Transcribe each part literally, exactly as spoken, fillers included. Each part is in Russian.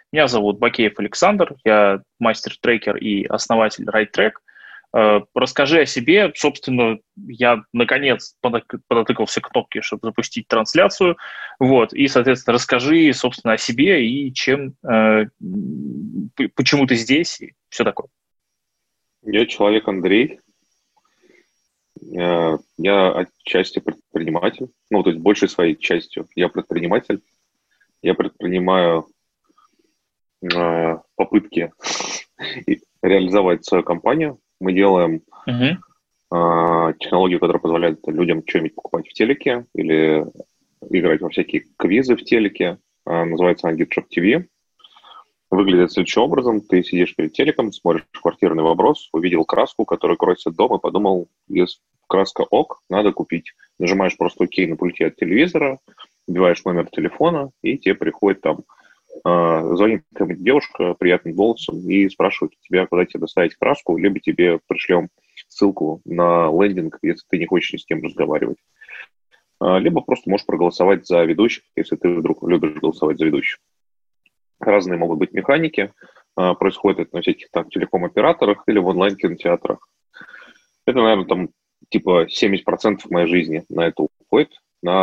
Меня зовут Бакеев Александр, я мастер-трекер и основатель RideTrack. Э, Расскажи о себе. Собственно, я наконец понак- понатыкался кнопки, чтобы запустить трансляцию. Вот. И, соответственно, расскажи, собственно, о себе и чем, э, м, п- почему ты здесь и все такое. Я человек Андрей. Э, Я отчасти предприниматель. Ну, то есть большей своей частью я предприниматель. Я предпринимаю э, попытки и- реализовать свою компанию. Мы делаем Мгм. э, технологию, которая позволяет людям что-нибудь покупать в телеке или играть во всякие квизы в телеке. Э, Называется она GitShop ти ви. Выглядит следующим образом. Ты сидишь перед телеком, смотришь квартирный вопрос, увидел краску, которая кроется дом, и подумал, если краска ок, надо купить. Нажимаешь просто ОК на пульте от телевизора, вбиваешь номер телефона, и тебе приходит там, э, звонит какая-нибудь девушка приятным голосом и спрашивает у тебя, куда тебе доставить краску, либо тебе пришлем ссылку на лендинг, если ты не хочешь ни с кем разговаривать. А, Либо просто можешь проголосовать за ведущих, если ты вдруг любишь голосовать за ведущих. Разные могут быть механики. А, Происходит это на всяких там телеком-операторах или в онлайн-кинотеатрах. Это, наверное, там типа семьдесят процентов моей жизни на это уходит,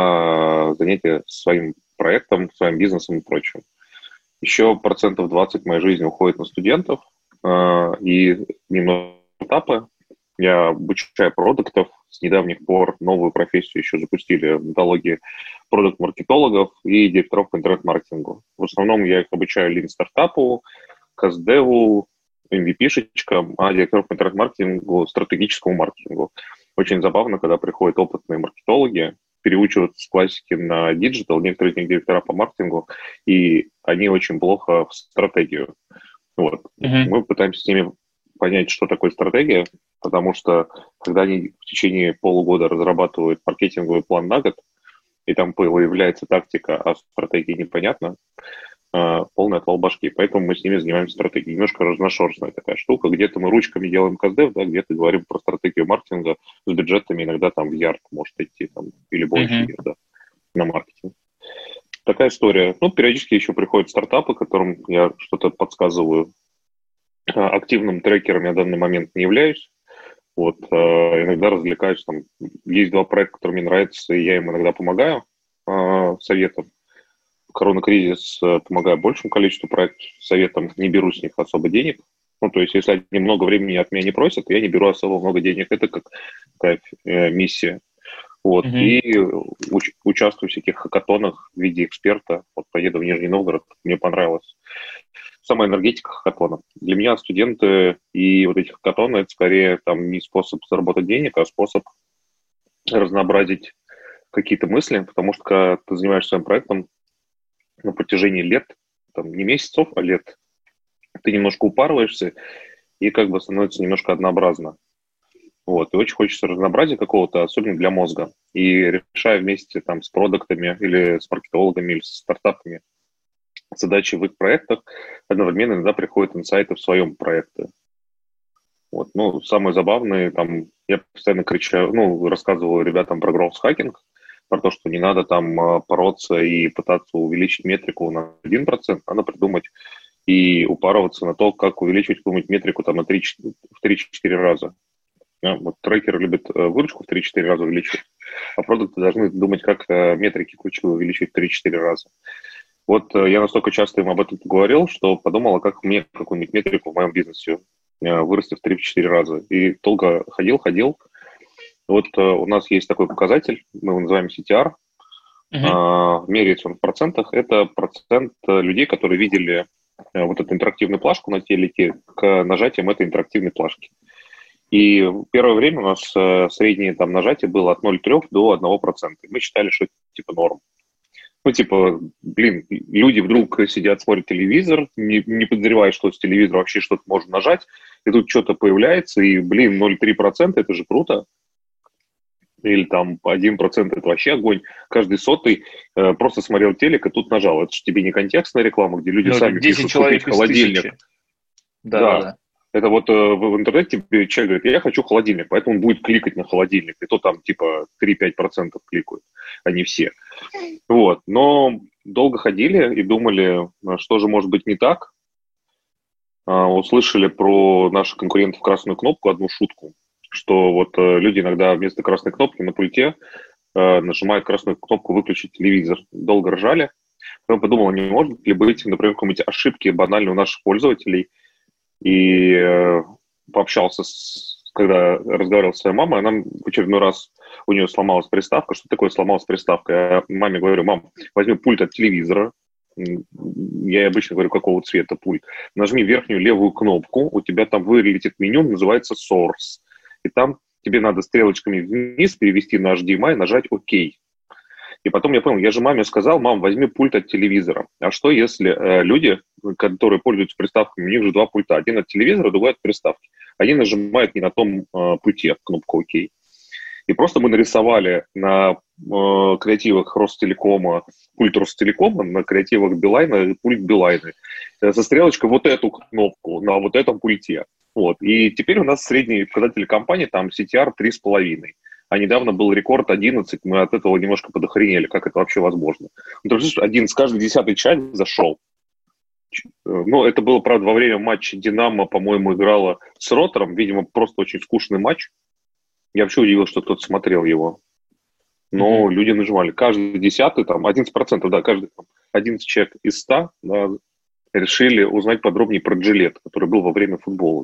на занятия своим проектом, своим бизнесом и прочим. Еще процентов двадцать моей жизни уходит на студентов а, и немного этапы. Я обучаю продуктов. С недавних пор новую профессию еще запустили в методологии продукт-маркетологов и директоров по интернет-маркетингу. В основном я их обучаю лин-стартапу, каздеву, эм ви пи-шечкам, а директоров по интернет-маркетингу, стратегическому маркетингу. Очень забавно, когда приходят опытные маркетологи, переучиваются с классики на диджитал, некоторые из них директора по маркетингу, и они очень плохо в стратегию. Вот. Мгм. Мы пытаемся с ними понять, что такое стратегия, потому что когда они в течение полугода разрабатывают маркетинговый план на год, и там появляется тактика, а стратегии непонятно, э, полный отвал башки. Поэтому мы с ними занимаемся стратегией. Немножко разношерстная такая штука. Где-то мы ручками делаем каздев, да, где-то говорим про стратегию маркетинга с бюджетами, иногда там в ярд может идти, там, или больше Мгм. ярда на маркетинг. Такая история. Ну, периодически еще приходят стартапы, которым я что-то подсказываю. А, Активным трекером я в данный момент не являюсь. Вот, э, иногда развлекаюсь. Там, есть два проекта, которые мне нравятся, и я им иногда помогаю э, советом. В коронакризис э, помогаю большему количеству проектов советом, не беру с них особо денег. Ну, то есть, если они много времени от меня не просят, я не беру особо много денег. Это как такая э, миссия. Вот. Мгм. И уч- участвую в всяких хакатонах в виде эксперта. Вот поеду в Нижний Новгород, мне понравилось. Самая энергетика хакатона. Для меня студенты и вот эти хакатоны — это скорее там не способ заработать денег, а способ разнообразить какие-то мысли, потому что когда ты занимаешься своим проектом на протяжении лет, там не месяцев, а лет, ты немножко упарываешься и как бы становится немножко однообразно. Вот, и очень хочется разнообразия какого-то, особенно для мозга. И решая вместе там с продуктами или с маркетологами, или с стартапами задачи в их проектах, одновременно иногда приходят инсайты в своем проекте. Вот, ну, самое забавное, там, я постоянно кричу, ну, рассказывал ребятам про гроус-хакинг, про то, что не надо там а, бороться и пытаться увеличить метрику на один процент, надо придумать и упарываться на то, как увеличивать какую-нибудь метрику там на три, в три-четыре раза. Да, вот трекеры любят э, выручку в три-четыре раза увеличивать, а продукты должны думать, как э, метрики ключевые увеличивать в три-четыре раза. Вот э, я настолько часто им об этом говорил, что подумал, а как мне какую-нибудь метрику в моем бизнесе э, вырасти в три-четыре раза. И долго ходил, ходил. Вот э, у нас есть такой показатель, мы его называем си ти ар, Мгм. э, меряется он в процентах. Это процент э, людей, которые видели э, вот эту интерактивную плашку на телеке к нажатиям этой интерактивной плашки. И в первое время у нас э, среднее там нажатие было от ноль целых три до одного процента. Мы считали, что это типа норм. Ну, типа, блин, люди вдруг сидят, смотрят телевизор, не, не подозревая, что с телевизора вообще что-то можно нажать, и тут что-то появляется, и, блин, ноль целых три процента, это же круто. Или там один процент, это вообще огонь. Каждый сотый э, просто смотрел телек и тут нажал. Это же тебе не контекстная реклама, где люди Ну, сами десять пишут купить человек из холодильник. тысячи. Да, Да-да-да. это вот э, в, в интернете тебе человек говорит, я хочу холодильник, поэтому он будет кликать на холодильник, и то там типа три-пять процентов кликают, а не все. Вот. Но долго ходили и думали, что же может быть не так. Услышали про наших конкурентов красную кнопку, одну шутку, что вот люди иногда вместо красной кнопки на пульте нажимают красную кнопку «выключить телевизор». Долго ржали. Потом подумал, не может ли быть, например, какие-нибудь ошибки банальные у наших пользователей. И э, пообщался, с, когда разговаривал с своей мамой, она в очередной раз, у нее сломалась приставка. Что такое сломалась приставка? Я маме говорю: мам, возьми пульт от телевизора. Я ей обычно говорю, какого цвета пульт. Нажми верхнюю левую кнопку, у тебя там вылетит меню, называется Source. И там тебе надо стрелочками вниз перевести на эйч ди эм ай, нажать ОК. И потом я понял, я же маме сказал: мам, возьми пульт от телевизора. А что если э, люди, которые пользуются приставками, у них же два пульта. Один от телевизора, другой от приставки. Они нажимают не на том э, пульте кнопку ОК. И просто мы нарисовали на э, креативах Ростелекома пульт Ростелекома, на креативах Билайна пульт Билайна. Со стрелочкой вот эту кнопку на вот этом пульте. Вот. И теперь у нас средний показатель компании там си ти ар три с половиной. А недавно был рекорд одиннадцать, мы от этого немножко подохренели, как это вообще возможно. Ну, то есть один с каждый десятый чат зашел. Ну, это было, правда, во время матча «Динамо», по-моему, играла с Ротором. Видимо, просто очень скучный матч. Я вообще удивился, что кто-то смотрел его. Но mm-hmm. люди нажимали. Каждый десятый, там, одиннадцать процентов, да, каждый там, одиннадцать человек из ста, да, решили узнать подробнее про Джилет, который был во время футбола.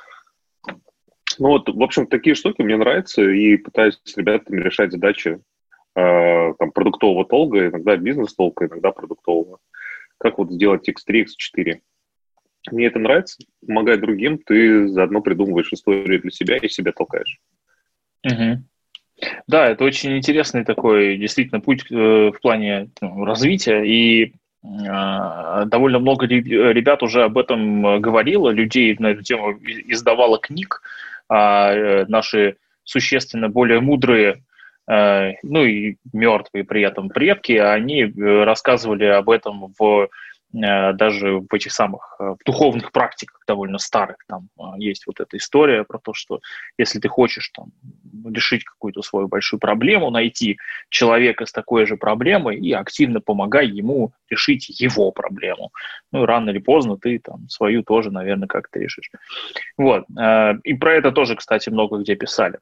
Ну вот, в общем, такие штуки мне нравятся, и пытаюсь с ребятами решать задачи э, там, продуктового толка, иногда бизнес-толка, иногда продуктового. Как вот сделать икс три, икс четыре. Мне это нравится, помогать другим, ты заодно придумываешь историю для себя и себя толкаешь. Угу. Да, это очень интересный такой действительно путь э, в плане ну, развития, и э, довольно много ребят уже об этом говорило, людей на эту тему издавало книг, а наши существенно более мудрые, э, ну и мертвые при этом предки, они рассказывали об этом в даже в этих самых в духовных практиках довольно старых. Там есть вот эта история про то, что если ты хочешь там решить какую-то свою большую проблему, найти человека с такой же проблемой и активно помогай ему решить его проблему. Ну, рано или поздно ты там свою тоже, наверное, как-то решишь. Вот. И про это тоже, кстати, много где писали.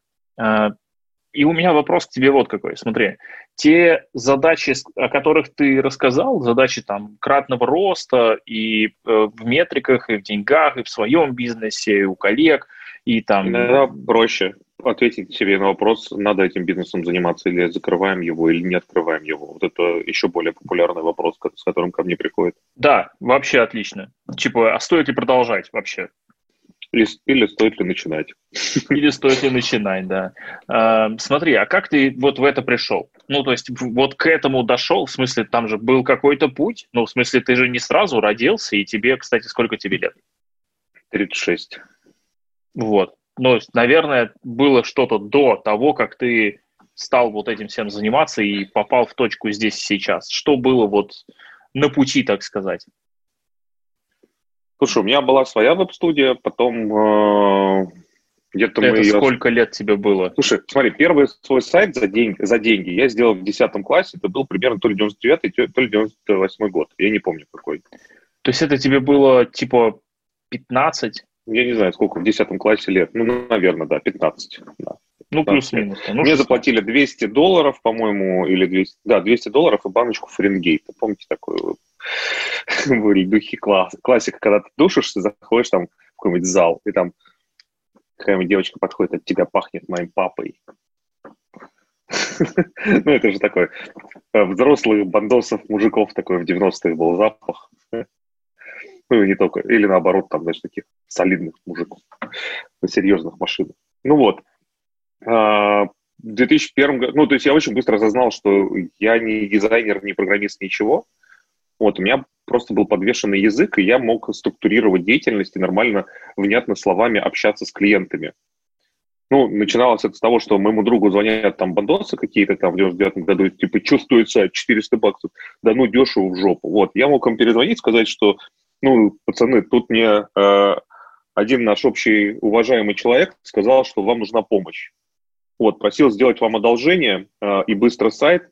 И у меня вопрос к тебе вот какой. Смотри, те задачи, о которых ты рассказал, задачи там кратного роста и э, в метриках, и в деньгах, и в своем бизнесе, и у коллег, и там... Иногда проще ответить себе на вопрос, надо этим бизнесом заниматься, или закрываем его, или не открываем его. Вот это еще более популярный вопрос, с которым ко мне приходит. Да, вообще отлично. Типа, а стоит ли продолжать вообще? Или, или стоит ли начинать? Или стоит ли начинать, да. А, смотри, а как ты вот в это пришел? Ну, то есть вот к этому дошел, в смысле, там же был какой-то путь? Ну, в смысле, ты же не сразу родился, и тебе, кстати, сколько тебе лет? тридцать шесть. Вот. Ну, наверное, было что-то до того, как ты стал вот этим всем заниматься и попал в точку здесь и сейчас. Что было вот на пути, так сказать? Слушай, у меня была своя веб-студия, потом э, где-то Это мы ее... сколько лет тебе было? Слушай, смотри, первый свой сайт за, день, за деньги я сделал в десятом классе, это был примерно то ли девяносто девятый, то ли девяносто восьмой год, я не помню какой. То есть это тебе было типа пятнадцать? Я не знаю, сколько в десятом классе лет, ну, наверное, да, пятнадцать. Да. Ну, плюс-минус. Ну, мне заплатили двести долларов, по-моему, или двести, да, двести долларов и баночку Фаренгейта. Помните такую были духи класс, классика, когда ты душишься, заходишь там в какой-нибудь зал, и там какая-нибудь девочка подходит, от тебя пахнет моим папой. Ну, это же такой взрослых бандосов, мужиков такой в девяностых был запах. Ну, и не только. Или наоборот, там, знаешь, таких солидных мужиков на серьезных машинах. Ну вот. В две тысячи первом году, ну, то есть я очень быстро осознал, что я не дизайнер, не программист, ничего. Вот, у меня просто был подвешенный язык, и я мог структурировать деятельность и нормально, внятно словами общаться с клиентами. Ну, начиналось это с того, что моему другу звонят там бандосы какие-то там в девяносто девятом году, типа, чувствуется четыреста баксов, да ну дешево в жопу. Вот, я мог им перезвонить, сказать, что, ну, пацаны, тут мне э, один наш общий уважаемый человек сказал, что вам нужна помощь. Вот, просил сделать вам одолжение э, и быстро сайт,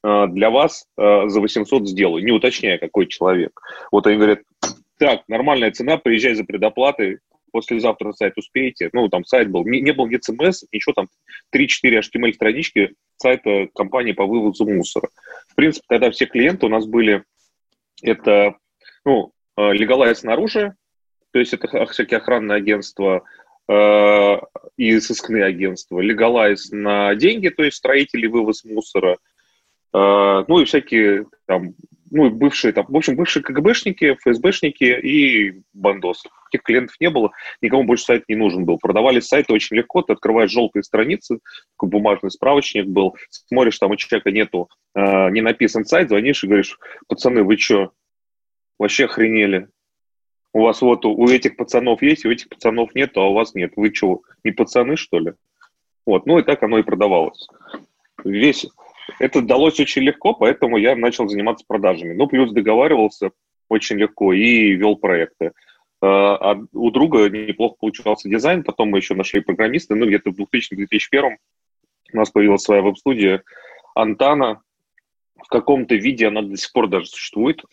э, для вас э, за восемьсот сделаю, не уточняя, какой человек. Вот они говорят, так, нормальная цена, приезжай за предоплатой, послезавтра на сайт успеете. Ну, там сайт был, не, не был ни си эм эс, ничего, там три-четыре эйч ти эм эль-странички сайта компании по вывозу мусора. В принципе, тогда все клиенты у нас были, это, ну, Legalize снаружи, то есть это всякие охранные агентства э, и сыскные агентства, Legalize на деньги, то есть строители, вывоз мусора, э, ну и всякие там, ну и бывшие, там, в общем, бывшие КГБшники, эф эс бэшники и бандосы. Таких клиентов не было, никому больше сайт не нужен был. Продавали сайты очень легко, ты открываешь желтые страницы, такой бумажный справочник был, смотришь, там у человека нету, э, не написан сайт, звонишь и говоришь, пацаны, вы что, вообще охренели? У вас вот у этих пацанов есть, у этих пацанов нет, а у вас нет. Вы что, не пацаны, что ли? Вот, ну и так оно и продавалось. Весь это далось очень легко, поэтому я начал заниматься продажами. Ну, плюс договаривался очень легко и вел проекты. А у друга неплохо получался дизайн, потом мы еще нашли программиста. Ну, где-то в двухтысячном — две тысячи первом у нас появилась своя веб-студия Антана. В каком-то виде она до сих пор даже существует.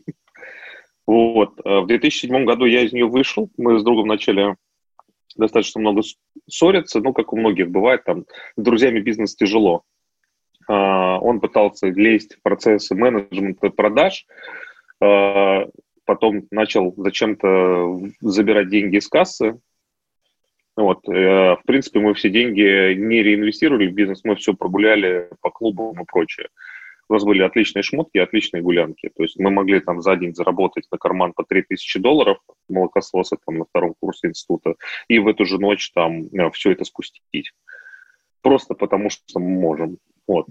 Вот. В две тысячи седьмом году я из нее вышел. Мы с другом начали достаточно много ссориться. Ну, как у многих бывает, там с друзьями бизнес тяжело. Он пытался лезть в процессы менеджмента продаж, потом начал зачем-то забирать деньги из кассы. Вот. В принципе, мы все деньги не реинвестировали в бизнес, мы все прогуляли по клубам и прочее. У нас были отличные шмотки, отличные гулянки. То есть мы могли там за день заработать на карман по три тысячи долларов, молокососы там на втором курсе института, и в эту же ночь там все это спустить. Просто потому, что мы можем. Вот.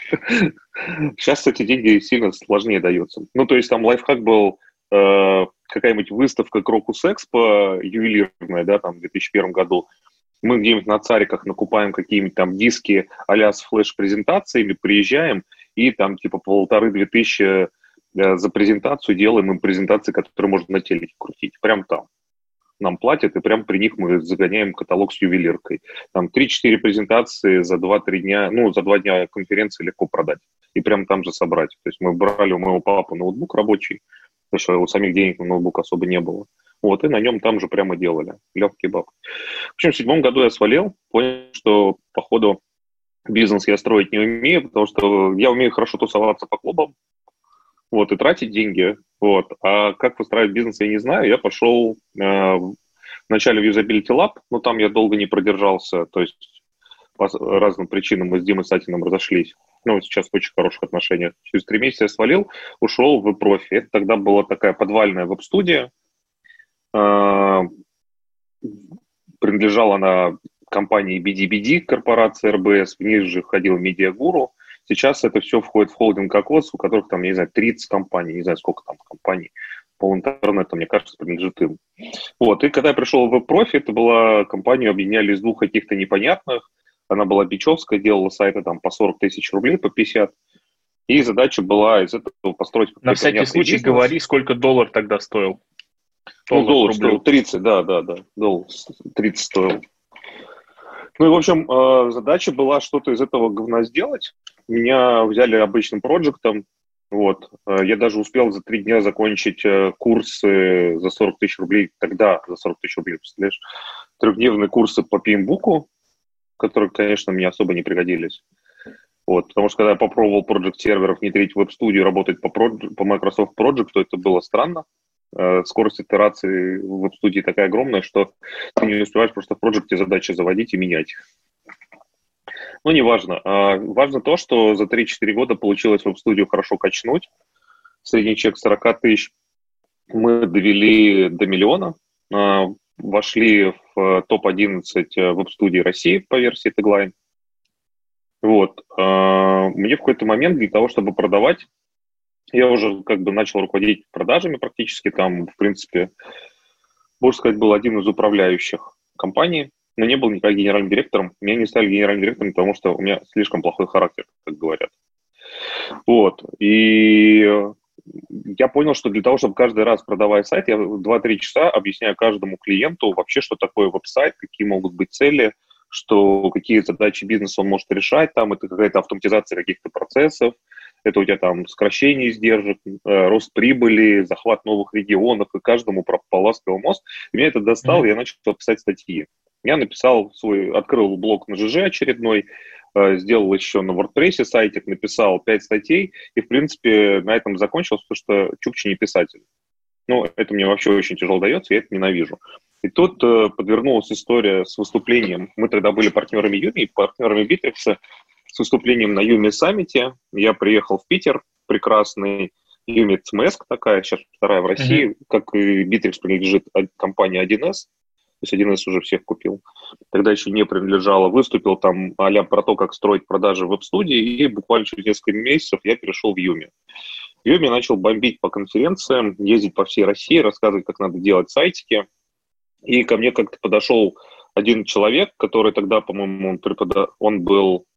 Сейчас эти деньги сильно сложнее даются. Ну, то есть там лайфхак был э, какая-нибудь выставка Крокус Экспо ювелирная, да, там в две тысячи первом году. Мы где-нибудь на Цариках накупаем какие-нибудь там диски а-ля с флеш-презентациями, приезжаем, и там типа полторы-две тысячи за презентацию делаем им презентации, которые можно на телеке крутить. Прям там нам платят, и прям при них мы загоняем каталог с ювелиркой. Там три-четыре презентации за два-три дня, ну, за два дня конференции легко продать. И прям там же собрать. То есть мы брали у моего папы ноутбук рабочий, потому что у самих денег на ноутбук особо не было. Вот, и на нем там же прямо делали. Легкий баб. В общем, в седьмом году я свалил, понял, что, походу, бизнес я строить не умею, потому что я умею хорошо тусоваться по клубам, вот, и тратить деньги, вот. А как выстраивать бизнес, я не знаю. Я пошел э, вначале в Usability Lab, но там я долго не продержался, то есть по разным причинам мы с Димой Сатиным разошлись. Ну, сейчас в очень хороших отношениях. Через три месяца я свалил, ушел в Профи. Это тогда была такая подвальная веб-студия. Э, принадлежала она компании би ди би ди, корпорация эр бэ эс, в ней же входил Медиагуру. Сейчас это все входит в холдинг Кокос, у которых там, я не знаю, тридцать компаний, не знаю, сколько там компаний по интернету, мне кажется, принадлежит им. Вот, и когда я пришел в WebProfi, это была компания, объединяли из двух каких-то непонятных, она была бичевская, делала сайты там по сорок тысяч рублей, по пятьдесят, и задача была из этого построить... На всякий случай бизнес. Говори, сколько доллар тогда стоил. Доллар, ну, доллар стоил тридцать, да, да, да, доллар тридцать стоил. Ну и, в общем, задача была что-то из этого говна сделать. Меня взяли обычным проектом. Вот. Я даже успел за три дня закончить курсы за сорок тысяч рублей. Тогда за сорок тысяч рублей, представляешь? Трехдневные курсы по пи эм бук, которые, конечно, мне особо не пригодились. Вот. Потому что когда я попробовал проект серверов внедрить в веб-студию, работать по, по Microsoft Project, то это было странно. Скорость итерации в веб-студии такая огромная, что ты не успеваешь просто в проекте задачи заводить и менять. Ну, не важно. Важно то, что за три-четыре года получилось веб-студию хорошо качнуть. Средний чек сорок тысяч мы довели до миллиона. Вошли в топ одиннадцать веб-студий России по версии Tagline. Вот. Мне в какой-то момент для того, чтобы продавать, я уже как бы начал руководить продажами практически. Там, в принципе, можно сказать, был один из управляющих компании, но не был никак генеральным директором. Меня не стали генеральным директором, потому что у меня слишком плохой характер, как говорят. Вот. И я понял, что для того, чтобы каждый раз продавая сайт, я два-три часа объясняю каждому клиенту вообще, что такое веб-сайт, какие могут быть цели, что какие задачи бизнеса он может решать, там это какая-то автоматизация каких-то процессов, Это у тебя там сокращение издержек, э, рост прибыли, захват новых регионов, и каждому по ласковому мост. И меня это достало, mm-hmm. я начал писать статьи. Я написал свой, открыл блог на ЖЖ очередной, э, сделал еще на WordPress сайтик, написал пять статей, и, в принципе, на этом закончилось, потому что Чукча не писатель. Ну, это мне вообще очень тяжело дается, я это ненавижу. И тут э, подвернулась история с выступлением. Мы тогда были партнерами Юми, партнерами Битрикса, с выступлением на Юми саммите. Я приехал в Питер, прекрасный Юми ЦМС такая, сейчас вторая в России, mm-hmm. как и Битрикс принадлежит компании один эс. То есть один эс уже всех купил. Тогда еще не принадлежало. Выступил там а-ля про то, как строить продажи в веб-студии, и буквально через несколько месяцев я перешел в Юми. В Юми начал бомбить по конференциям, ездить по всей России, рассказывать, как надо делать сайтики. И ко мне как-то подошел один человек, который тогда, по-моему, он, препода... он был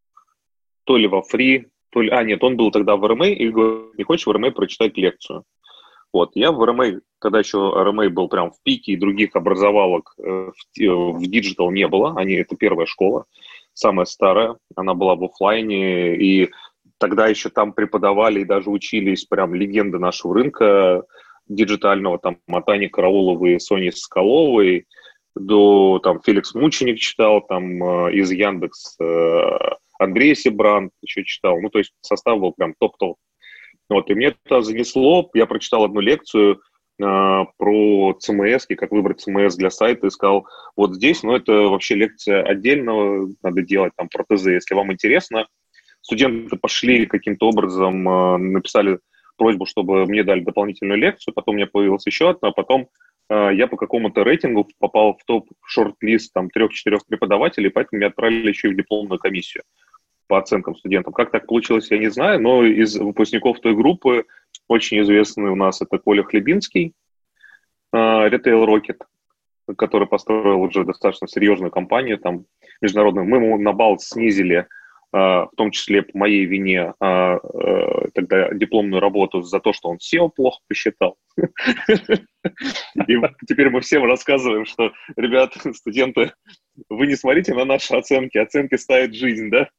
то ли во Фри, то ли... А, нет, он был тогда в эр эм эй, и говорит, не хочешь в эр эм эй прочитать лекцию? Вот, я в эр эм эй, тогда еще эр эм эй был прям в пике, и других образовалок э, в, в диджитал не было. Они, это первая школа, самая старая, она была в офлайне, и тогда еще там преподавали и даже учились прям легенды нашего рынка диджитального, там, от Ани Карауловой, Сони Соколовой, до, там, Феликс Мученик читал, там, э, из Яндекс э, Андрей Себрант еще читал, ну, то есть состав был прям топ-топ. Вот, и мне это занесло, я прочитал одну лекцию э, про си эм эс, как выбрать си эм эс для сайта, и сказал, вот здесь, ну, это вообще лекция отдельно, надо делать там про ТЗ, если вам интересно. Студенты пошли каким-то образом, э, написали просьбу, чтобы мне дали дополнительную лекцию, потом у меня появилась еще одна, а потом э, я по какому-то рейтингу попал в топ-шорт-лист там трех-четырех преподавателей, поэтому меня отправили еще и в дипломную комиссию по оценкам студентам. Как так получилось, я не знаю, но из выпускников той группы очень известный у нас это Коля Хлебинский, э, Retail Rocket, который построил уже достаточно серьезную компанию, там, международную. Мы ему на балл снизили, в том числе по моей вине, тогда дипломную работу за то, что он сео плохо посчитал. И теперь мы всем рассказываем, что, ребят, студенты, вы не смотрите на наши оценки, оценки ставит жизнь, да?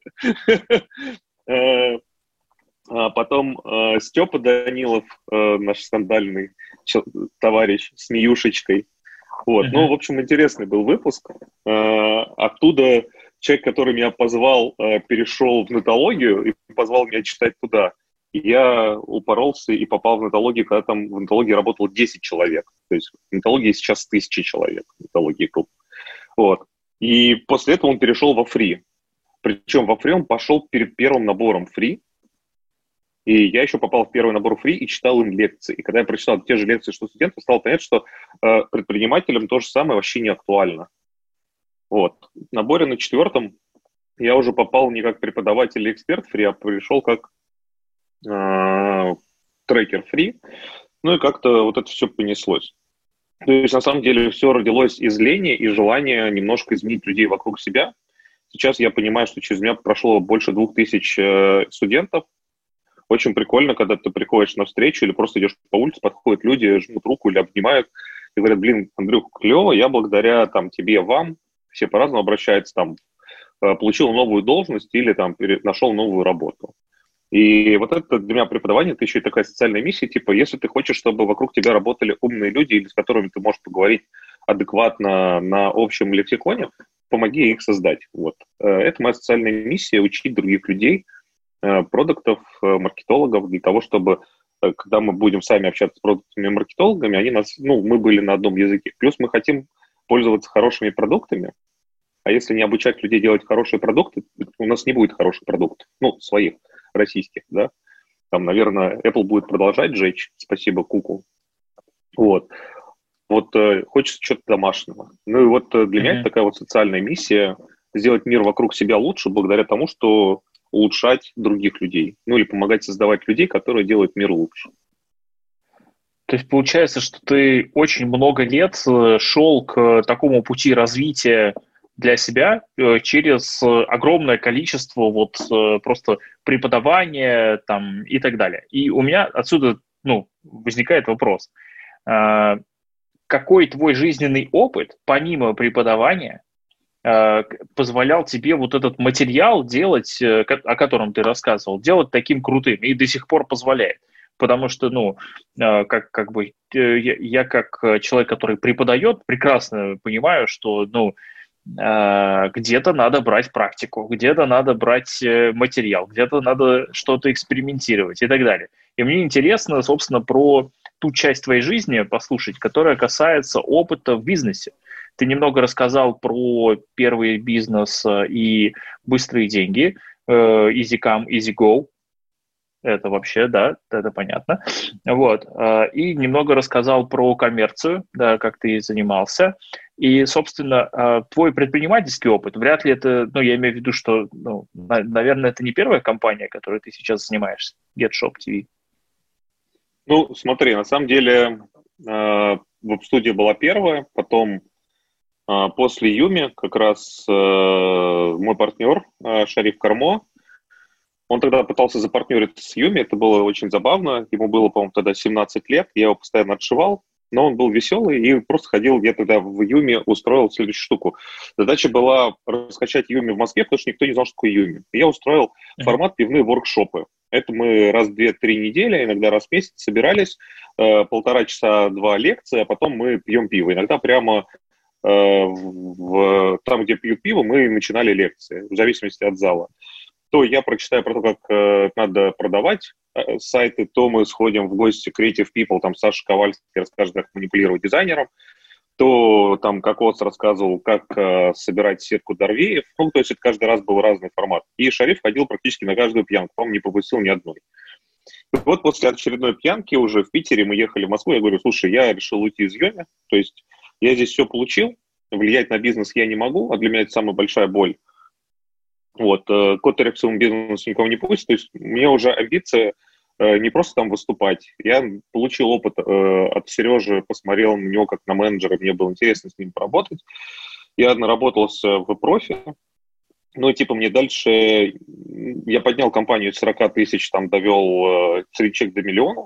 А потом Степа Данилов, наш скандальный товарищ с Миюшечкой. Вот. Ну, в общем, интересный был выпуск. Оттуда человек, который меня позвал, перешел в нетологию и позвал меня читать туда. И я упоролся и попал в нетологию, когда там в нетологии работало десять человек. То есть в нетологии сейчас тысячи человек, в нетологии групп. Вот. И после этого он перешел во фри. Причем во фри он пошел перед первым набором фри. И я еще попал в первый набор фри и читал им лекции. И когда я прочитал те же лекции, что студенты, стал понять, что э, предпринимателям то же самое вообще не актуально. Вот. В наборе на четвертом я уже попал не как преподаватель или эксперт фри, а пришел как э, трекер фри. Ну и как-то вот это все понеслось. То есть на самом деле все родилось из лени и желания немножко изменить людей вокруг себя. Сейчас я понимаю, что через меня прошло больше двух тысяч э, студентов. Очень прикольно, когда ты приходишь на встречу или просто идешь по улице, подходят люди, жмут руку или обнимают и говорят, блин, Андрюх, клево, я благодаря там, тебе, вам, все по-разному обращаются, там, получил новую должность или там, нашел новую работу. И вот это для меня преподавание, это еще и такая социальная миссия, типа, если ты хочешь, чтобы вокруг тебя работали умные люди, или с которыми ты можешь поговорить адекватно на общем лексиконе, помоги их создать. Вот. Это моя социальная миссия, учить других людей, продуктов, маркетологов, для того, чтобы, когда мы будем сами общаться с продуктами и маркетологами, они нас, ну, мы были на одном языке. Плюс мы хотим пользоваться хорошими продуктами, а если не обучать людей делать хорошие продукты, у нас не будет хороших продуктов, ну, своих, российских, да. Там, наверное, Apple будет продолжать жечь, спасибо Куку. Вот. Вот э, хочется чего-то домашнего. Ну и вот э, для mm-hmm. меня это такая вот социальная миссия сделать мир вокруг себя лучше благодаря тому, что улучшать других людей. Ну или помогать создавать людей, которые делают мир лучше. То есть получается, что ты очень много лет шел к такому пути развития для себя через огромное количество вот просто преподавания там, и так далее. И у меня отсюда ну, возникает вопрос. Какой твой жизненный опыт, помимо преподавания, э, позволял тебе вот этот материал делать, э, о котором ты рассказывал, делать таким крутым и до сих пор позволяет. Потому что, ну, э, как, как бы э, я, я как человек, который преподает, прекрасно понимаю, что, ну, э, где-то надо брать практику, где-то надо брать э, материал, где-то надо что-то экспериментировать и так далее. И мне интересно, собственно, про ту часть твоей жизни послушать, которая касается опыта в бизнесе. Ты немного рассказал про первый бизнес э, и быстрые деньги, э, easy come, easy go. Это вообще, да, это понятно. Вот. э, И немного рассказал про коммерцию, да, как ты занимался. И, собственно, э, твой предпринимательский опыт, вряд ли это, ну, я имею в виду, что, ну, на- наверное, это не первая компания, которой ты сейчас занимаешься, GetShop ти ви. Ну, смотри, на самом деле э, веб-студия была первая, потом э, после Юми как раз э, мой партнер э, Шариф Кармо, он тогда пытался запартнериться с Юми, это было очень забавно, ему было, по-моему, тогда семнадцать лет, я его постоянно отшивал, но он был веселый и просто ходил, я тогда в Юми устроил следующую штуку. Задача была раскачать Юми в Москве, потому что никто не знал, что такое Юми. И я устроил формат пивные воркшопы. Это мы раз в две-три недели, иногда раз в месяц собирались, э, полтора часа, два лекции, а потом мы пьем пиво. Иногда прямо э, в, там, где пьют пиво, мы начинали лекции, в зависимости от зала. То я прочитаю про то, как э, надо продавать э, сайты, то мы сходим в гости к Creative People, там Саша Ковальский расскажет, как манипулировать дизайнером, то там Кокос рассказывал, как э, собирать сетку дорвеев. Ну, то есть это каждый раз был разный формат. И Шариф ходил практически на каждую пьянку, по-моему, не пропустил ни одной. И вот после очередной пьянки уже в Питере мы ехали в Москву, я говорю, слушай, я решил уйти из Йоми, то есть я здесь все получил, влиять на бизнес я не могу, а для меня это самая большая боль. Вот, код-терек в своему бизнесу никого не пустит, то есть у меня уже амбиция э, не просто там выступать. Я получил опыт э, от Сережи, посмотрел на него как на менеджера, мне было интересно с ним поработать. Я наработался в профи, ну, типа, мне дальше... Я поднял компанию с сорок тысяч, там, довел э, средний чек до миллиона,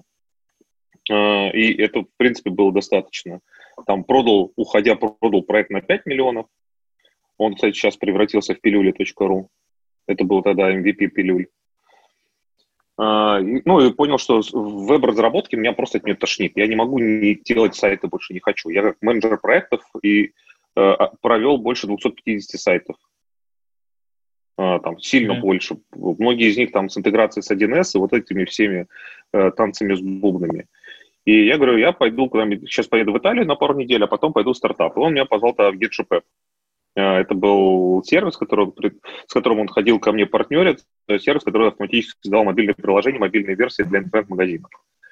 э, и это, в принципе, было достаточно. Там продал, уходя, продал проект на пять миллионов. Он, кстати, сейчас превратился в пилюли точка ру. Это был тогда эм ви пи пилюль. А, ну, и понял, что в веб-разработке меня просто от нее тошнит. Я не могу не делать сайты, больше не хочу. Я как менеджер проектов и э, провел больше двести пятьдесят сайтов. А, там сильно mm-hmm. больше. Многие из них там с интеграцией с один эс и вот этими всеми э, танцами с бубнами. И я говорю, я пойду, сейчас поеду в Италию на пару недель, а потом пойду в стартап. И он меня позвал в GetShop. Это был сервис, который, с которым он ходил ко мне партнерить, сервис, который автоматически создавал мобильные приложения, мобильные версии для интернет-магазинов.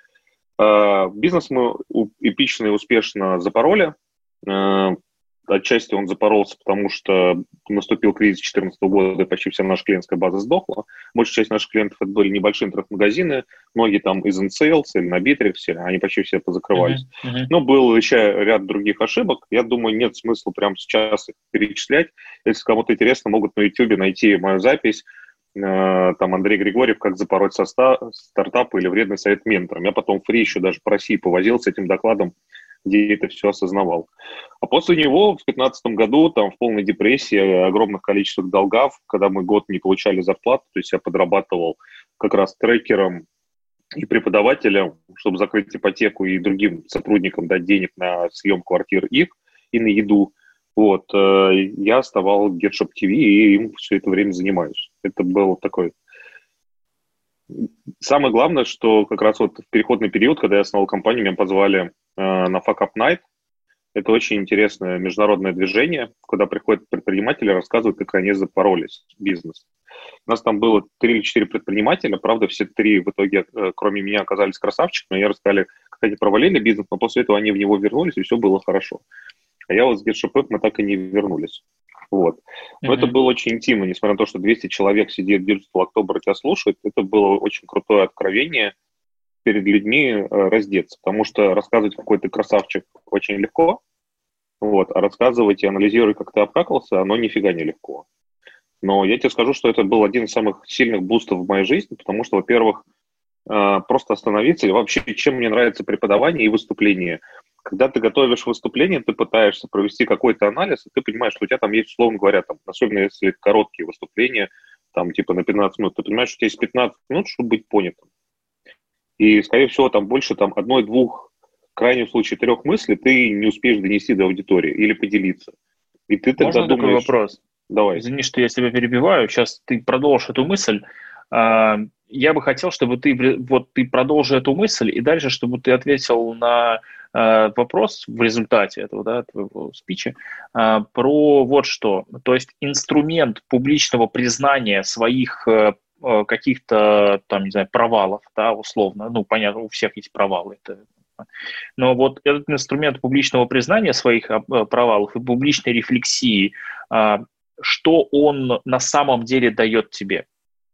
Бизнес мы эпично и успешно запороли. Отчасти он запоролся, потому что наступил кризис две тысячи четырнадцатого года, и почти вся наша клиентская база сдохла. Большая часть наших клиентов это были небольшие интернет-магазины, многие там из InSales или на Bittrex, они почти все позакрывались. Uh-huh, uh-huh. Но был еще ряд других ошибок. Я думаю, нет смысла прямо сейчас их перечислять. Если кому-то интересно, могут на YouTube найти мою запись. Там Андрей Григорьев «Как запороть состав, стартапы» или «Вредный совет менторам». Я потом фри еще даже по России повозил с этим докладом, где это все осознавал. А после него в две тысячи пятнадцатом году, там, в полной депрессии, огромных количествах долгов, когда мы год не получали зарплату, то есть я подрабатывал как раз трекером и преподавателем, чтобы закрыть ипотеку и другим сотрудникам дать денег на съем квартир их и на еду. Вот, я оставал GetShop ти ви и им все это время занимаюсь. Это был такой... Самое главное, что как раз вот в переходный период, когда я основал компанию, меня позвали э, на Fuck Up Night. Это очень интересное международное движение, куда приходят предприниматели и рассказывают, как они запоролись в бизнес. У нас там было три или четыре предпринимателя, правда, все три в итоге, э, кроме меня, оказались красавчиками, и рассказали, как они провалили бизнес, но после этого они в него вернулись, и все было хорошо. А я вот с GetShop мы так и не вернулись. Вот. Но mm-hmm. это было очень интимно, несмотря на то, что двести человек сидит в Digital October и тебя слушают, это было очень крутое откровение перед людьми э, раздеться, потому что рассказывать, какой ты красавчик, очень легко, вот, а рассказывать и анализировать, как ты обкакался, оно нифига не легко. Но я тебе скажу, что это был один из самых сильных бустов в моей жизни, потому что, во-первых, э, просто остановиться, и вообще, чем мне нравится преподавание и выступление. когда ты готовишь выступление, ты пытаешься провести какой-то анализ, и ты понимаешь, что у тебя там есть, условно говоря, там, особенно если короткие выступления, там, типа на пятнадцать минут, ты понимаешь, что у тебя есть пятнадцать минут, чтобы быть понятым. И, скорее всего, там больше там, одной-двух, в крайнем случае, трех мыслей ты не успеешь донести до аудитории или поделиться. И ты тогда Можно такой думаешь... вопрос? Давай. Извини, что я тебя перебиваю. Сейчас ты продолжишь эту мысль. А, Я бы хотел, чтобы ты в- вот ты продолжил эту мысль и дальше, чтобы ты ответил на а, вопрос в результате этого, да, твоего спича а, про вот что. То есть инструмент публичного признания своих э, э, каких-то там, не знаю, провалов, да, условно. Ну, понятно, у всех есть провалы. Это но вот этот инструмент публичного признания своих а, провалов и публичной рефлексии, а, что он на самом деле дает тебе?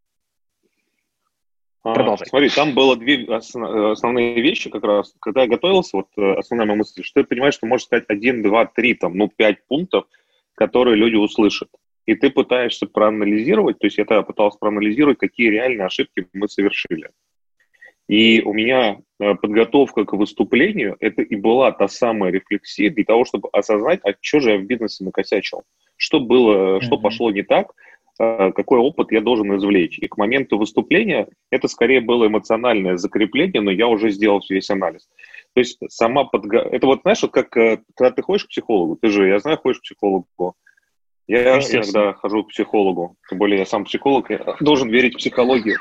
А, Продолжай. смотри, там было две основ- основные вещи как раз. Когда я готовился, вот э, основная моя мысль, что ты понимаешь, что можешь сказать один, два, три, там, ну, пять пунктов, которые люди услышат. И ты пытаешься проанализировать, то есть я тогда пытался проанализировать, какие реальные ошибки мы совершили. И у меня э, подготовка к выступлению, это и была та самая рефлексия для того, чтобы осознать, а что же я в бизнесе накосячил, что было, что Мгм. пошло не так, э, какой опыт я должен извлечь. И к моменту выступления это скорее было эмоциональное закрепление, но я уже сделал весь анализ. То есть сама подготовка, это вот знаешь, вот как э, когда ты ходишь к психологу, ты же, я знаю, ходишь к психологу, я Естественно. иногда хожу к психологу, тем более я сам психолог, я должен верить в психологию.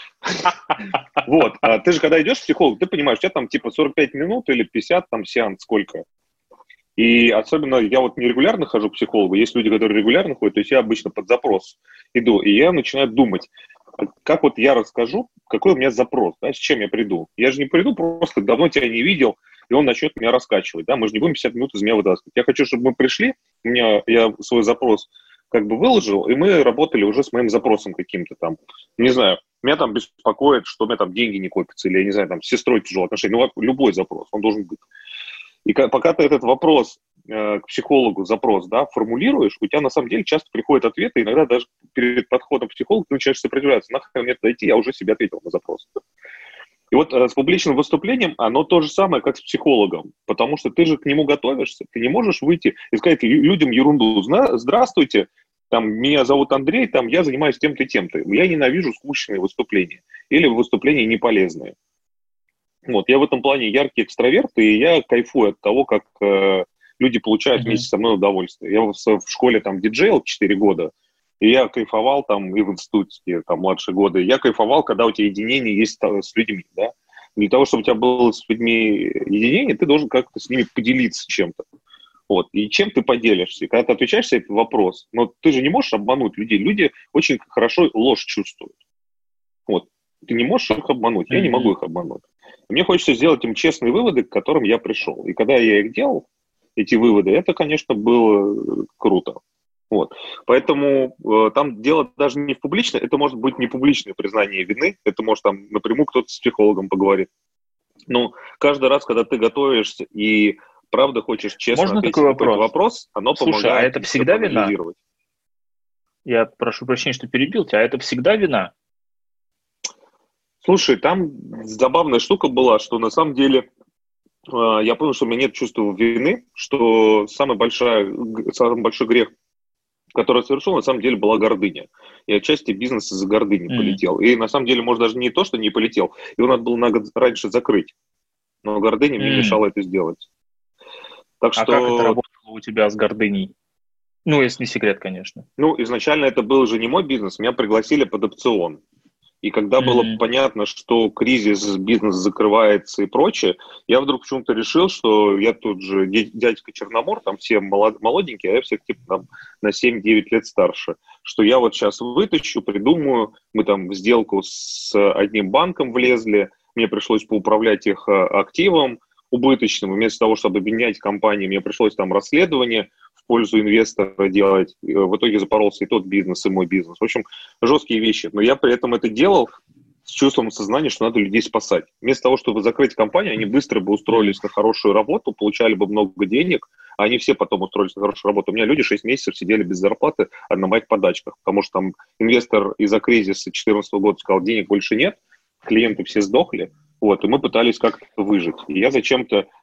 Вот, а ты же когда идешь к психологу, ты понимаешь, у тебя там типа сорок пять минут или пятьдесят там сеанс, сколько. И особенно я вот нерегулярно хожу к психологу, есть люди, которые регулярно ходят, то есть я обычно под запрос иду, и я начинаю думать, как вот я расскажу, какой у меня запрос, да, с чем я приду. Я же не приду просто, давно тебя не видел, и он начнет меня раскачивать, да, мы же не будем пятьдесят минут из меня вытаскивать. Я хочу, чтобы мы пришли, у меня, я свой запрос как бы выложил, и мы работали уже с моим запросом каким-то там, не знаю, меня там беспокоит, что у меня там деньги не копятся, или, я не знаю, там, с сестрой тяжело отношения, ну, любой запрос, он должен быть. И пока ты этот вопрос э, к психологу, запрос, да, формулируешь, у тебя на самом деле часто приходят ответы, иногда даже перед подходом к психологу ты начинаешь сопротивляться, нахрен мне туда идти, я уже себе ответил на запрос. И вот э, с публичным выступлением оно то же самое, как с психологом, потому что ты же к нему готовишься, ты не можешь выйти и сказать людям ерунду, здравствуйте, там, меня зовут Андрей, там, я занимаюсь тем-то и тем-то. Я ненавижу скучные выступления или выступления неполезные. Вот, я в этом плане яркий экстраверт, и я кайфую от того, как э, люди получают Мгм. вместе со мной удовольствие. Я в, в школе там диджейл четыре года, и я кайфовал там и в институте там младшие годы. Я кайфовал, когда у тебя единение есть с людьми, да. Для того, чтобы у тебя было с людьми единение, ты должен как-то с ними поделиться чем-то. Вот. И чем ты поделишься? И когда ты отвечаешь себе этот вопрос, но ты же не можешь обмануть людей. Люди очень хорошо ложь чувствуют. Вот. Ты не можешь их обмануть, я не могу Мгм. их обмануть. Мне хочется сделать им честные выводы, к которым я пришел. И когда я их делал, эти выводы, это, конечно, было круто. Вот. Поэтому э, там дело даже не в публичном, это может быть не публичное признание вины, это может там напрямую кто-то с психологом поговорит. Но каждый раз, когда ты готовишься и правда хочешь честно Можно ответить такой на какой-то вопрос? вопрос, оно Слушай, а помогает это все всегда вина? проанализировать. Я прошу прощения, что перебил тебя, а это всегда вина? Слушай, там забавная штука была, что на самом деле э, я понял, что у меня нет чувства вины, что самый, большой, самый большой грех, который я совершил, на самом деле была гордыня. И отчасти бизнес из-за гордыни Мгм. полетел. И на самом деле, может, даже не то, что не полетел, его надо было на год раньше закрыть. Но гордыня мне М. мешала это сделать. Так А как это что, работало у тебя с гордыней? Ну, если не секрет, конечно. ну, изначально это был же не мой бизнес, меня пригласили под опцион. И когда было Мгм. понятно, что кризис, бизнес закрывается и прочее, я вдруг почему-то решил, что я тут же дядька Черномор, там все молоденькие, а я всех типа там на семь-девять лет старше, что я вот сейчас вытащу, придумаю, мы там в сделку с одним банком влезли, мне пришлось поуправлять их активом убыточным, вместо того, чтобы объединять компании, мне пришлось там расследование в пользу инвестора делать, в итоге запоролся и тот бизнес, и мой бизнес. В общем, жесткие вещи. Но я при этом это делал с чувством сознания, что надо людей спасать. Вместо того, чтобы закрыть компанию, они быстро бы М. устроились на хорошую работу, получали бы много денег, а они все потом устроились на хорошую работу. У меня люди шесть месяцев сидели без зарплаты на моих подачках, потому что там инвестор из-за кризиса две тысячи четырнадцатого года сказал, денег больше нет, клиенты все сдохли, вот, и мы пытались как-то выжить. И я зачем-то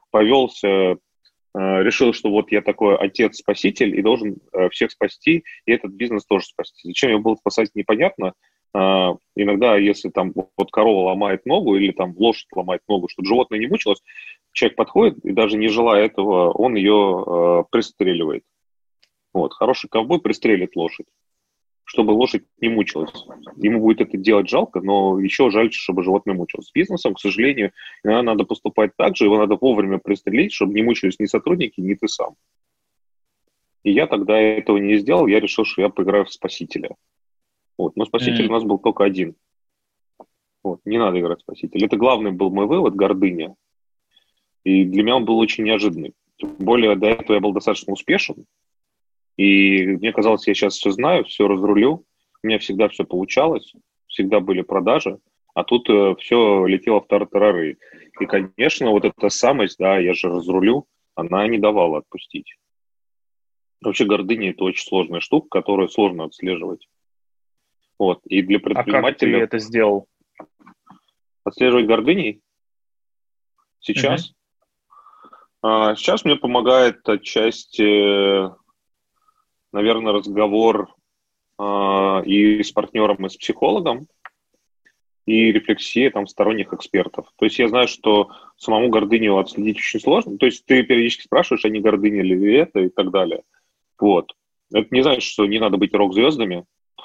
повелся, э, решил, что вот я такой отец-спаситель и должен э, всех спасти, и этот бизнес тоже спасти. Зачем его было спасать, непонятно. Э, иногда, если там вот корова ломает ногу или там лошадь ломает ногу, чтобы животное не мучилось, человек подходит и даже не желая этого, он ее э, пристреливает. Вот. Хороший ковбой пристрелит лошадь, чтобы лошадь не мучилась. Ему будет это делать жалко, но еще жаль, чтобы животное мучилось. С бизнесом, к сожалению, иногда надо поступать так же, его надо вовремя пристрелить, чтобы не мучились ни сотрудники, ни ты сам. И я тогда этого не сделал, я решил, что я поиграю в спасителя. Вот. Но спаситель mm-hmm. у нас был только один. Вот. Не надо играть в спасителя. Это главный был мой вывод, гордыня. И для меня он был очень неожиданный. Тем более до этого я был достаточно успешен. И мне казалось, я сейчас все знаю, все разрулю. У меня всегда все получалось, всегда были продажи, а тут э, все летело в тартарары. И, конечно, вот эта самость, да, я же разрулю, она не давала отпустить. Вообще гордыня – это очень сложная штука, которую сложно отслеживать. Вот. И для предпринимателя... А как ты это сделал? Отслеживать гордыней? Сейчас? Mm-hmm. А, сейчас мне помогает отчасти... наверное, разговор э, и с партнером, и с психологом, и рефлексия там сторонних экспертов. То есть я знаю, что самому гордыню отследить очень сложно. То есть ты периодически спрашиваешь, а не гордыня ли это и так далее. Вот. Это не значит, что не надо быть рок-звездами.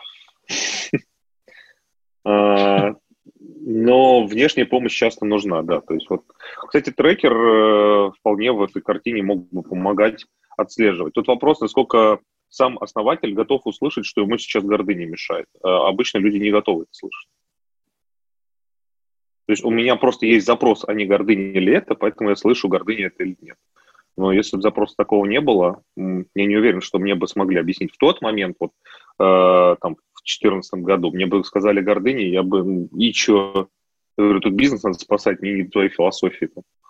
Но внешняя помощь часто нужна, да. То есть вот, кстати, трекер вполне в этой картине мог бы помогать отслеживать. Тут вопрос, насколько сам основатель готов услышать, что ему сейчас гордыня мешает. А обычно люди не готовы это слышать. То есть у меня просто есть запрос, а не гордыня ли это, поэтому я слышу, гордыня это или нет. Но если бы запроса такого не было, я не уверен, что мне бы смогли объяснить. В тот момент, вот э, там, в две тысячи четырнадцатом году, мне бы сказали гордыня, я бы, и чё? Я говорю, тут бизнес надо спасать, не, не твоей философии.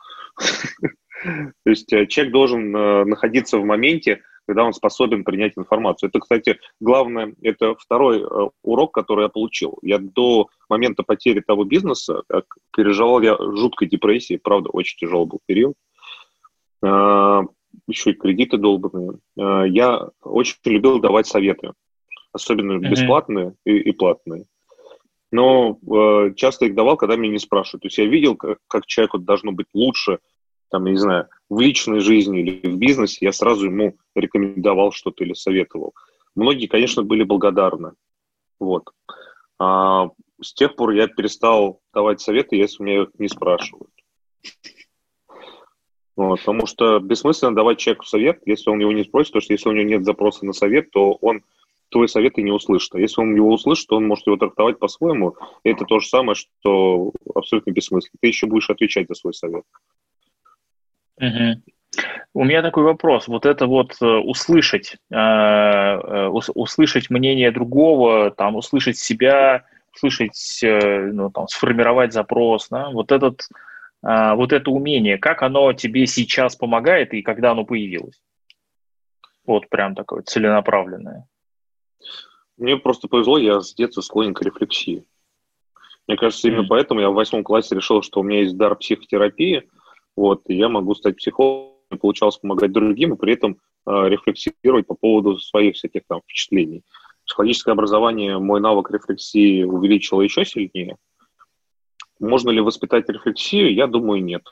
То есть человек должен находиться в моменте, когда он способен принять информацию. Это, кстати, главное, это второй э, урок, который я получил. Я до момента потери того бизнеса как, переживал я жуткой депрессии, правда, очень тяжелый был период. Э, еще и кредиты долбанные. Э, я очень любил давать советы, особенно mm-hmm. бесплатные и, и платные. Но э, часто их давал, когда меня не спрашивают. То есть я видел, как, как человеку должно быть лучше, там, я не знаю, в личной жизни или в бизнесе, я сразу ему рекомендовал что-то или советовал. Многие, конечно, были благодарны. Вот. А с тех пор я перестал давать советы, если меня их не спрашивают. Вот, потому что бессмысленно давать человеку совет, если он его не спросит, потому что если у него нет запроса на совет, то он твой совет и не услышит. А если он его услышит, то он может его трактовать по-своему. И это то же самое, что абсолютно бессмысленно. Ты еще будешь отвечать за свой совет. Угу. У меня такой вопрос. Вот это вот услышать, э, услышать мнение другого, там, услышать себя, услышать, ну, там, сформировать запрос, да? Вот, этот, э, вот это умение, как оно тебе сейчас помогает и когда оно появилось? Вот прям такое целенаправленное. Мне просто повезло, я с детства склонен к рефлексии. Мне кажется, именно mm. поэтому я в восьмом классе решил, что у меня есть дар психотерапии, вот, и я могу стать психологом, получалось помогать другим, и при этом э, рефлексировать по поводу своих всяких там впечатлений. Психологическое образование мой навык рефлексии увеличило еще сильнее. Можно ли воспитать рефлексию? Я думаю, нет.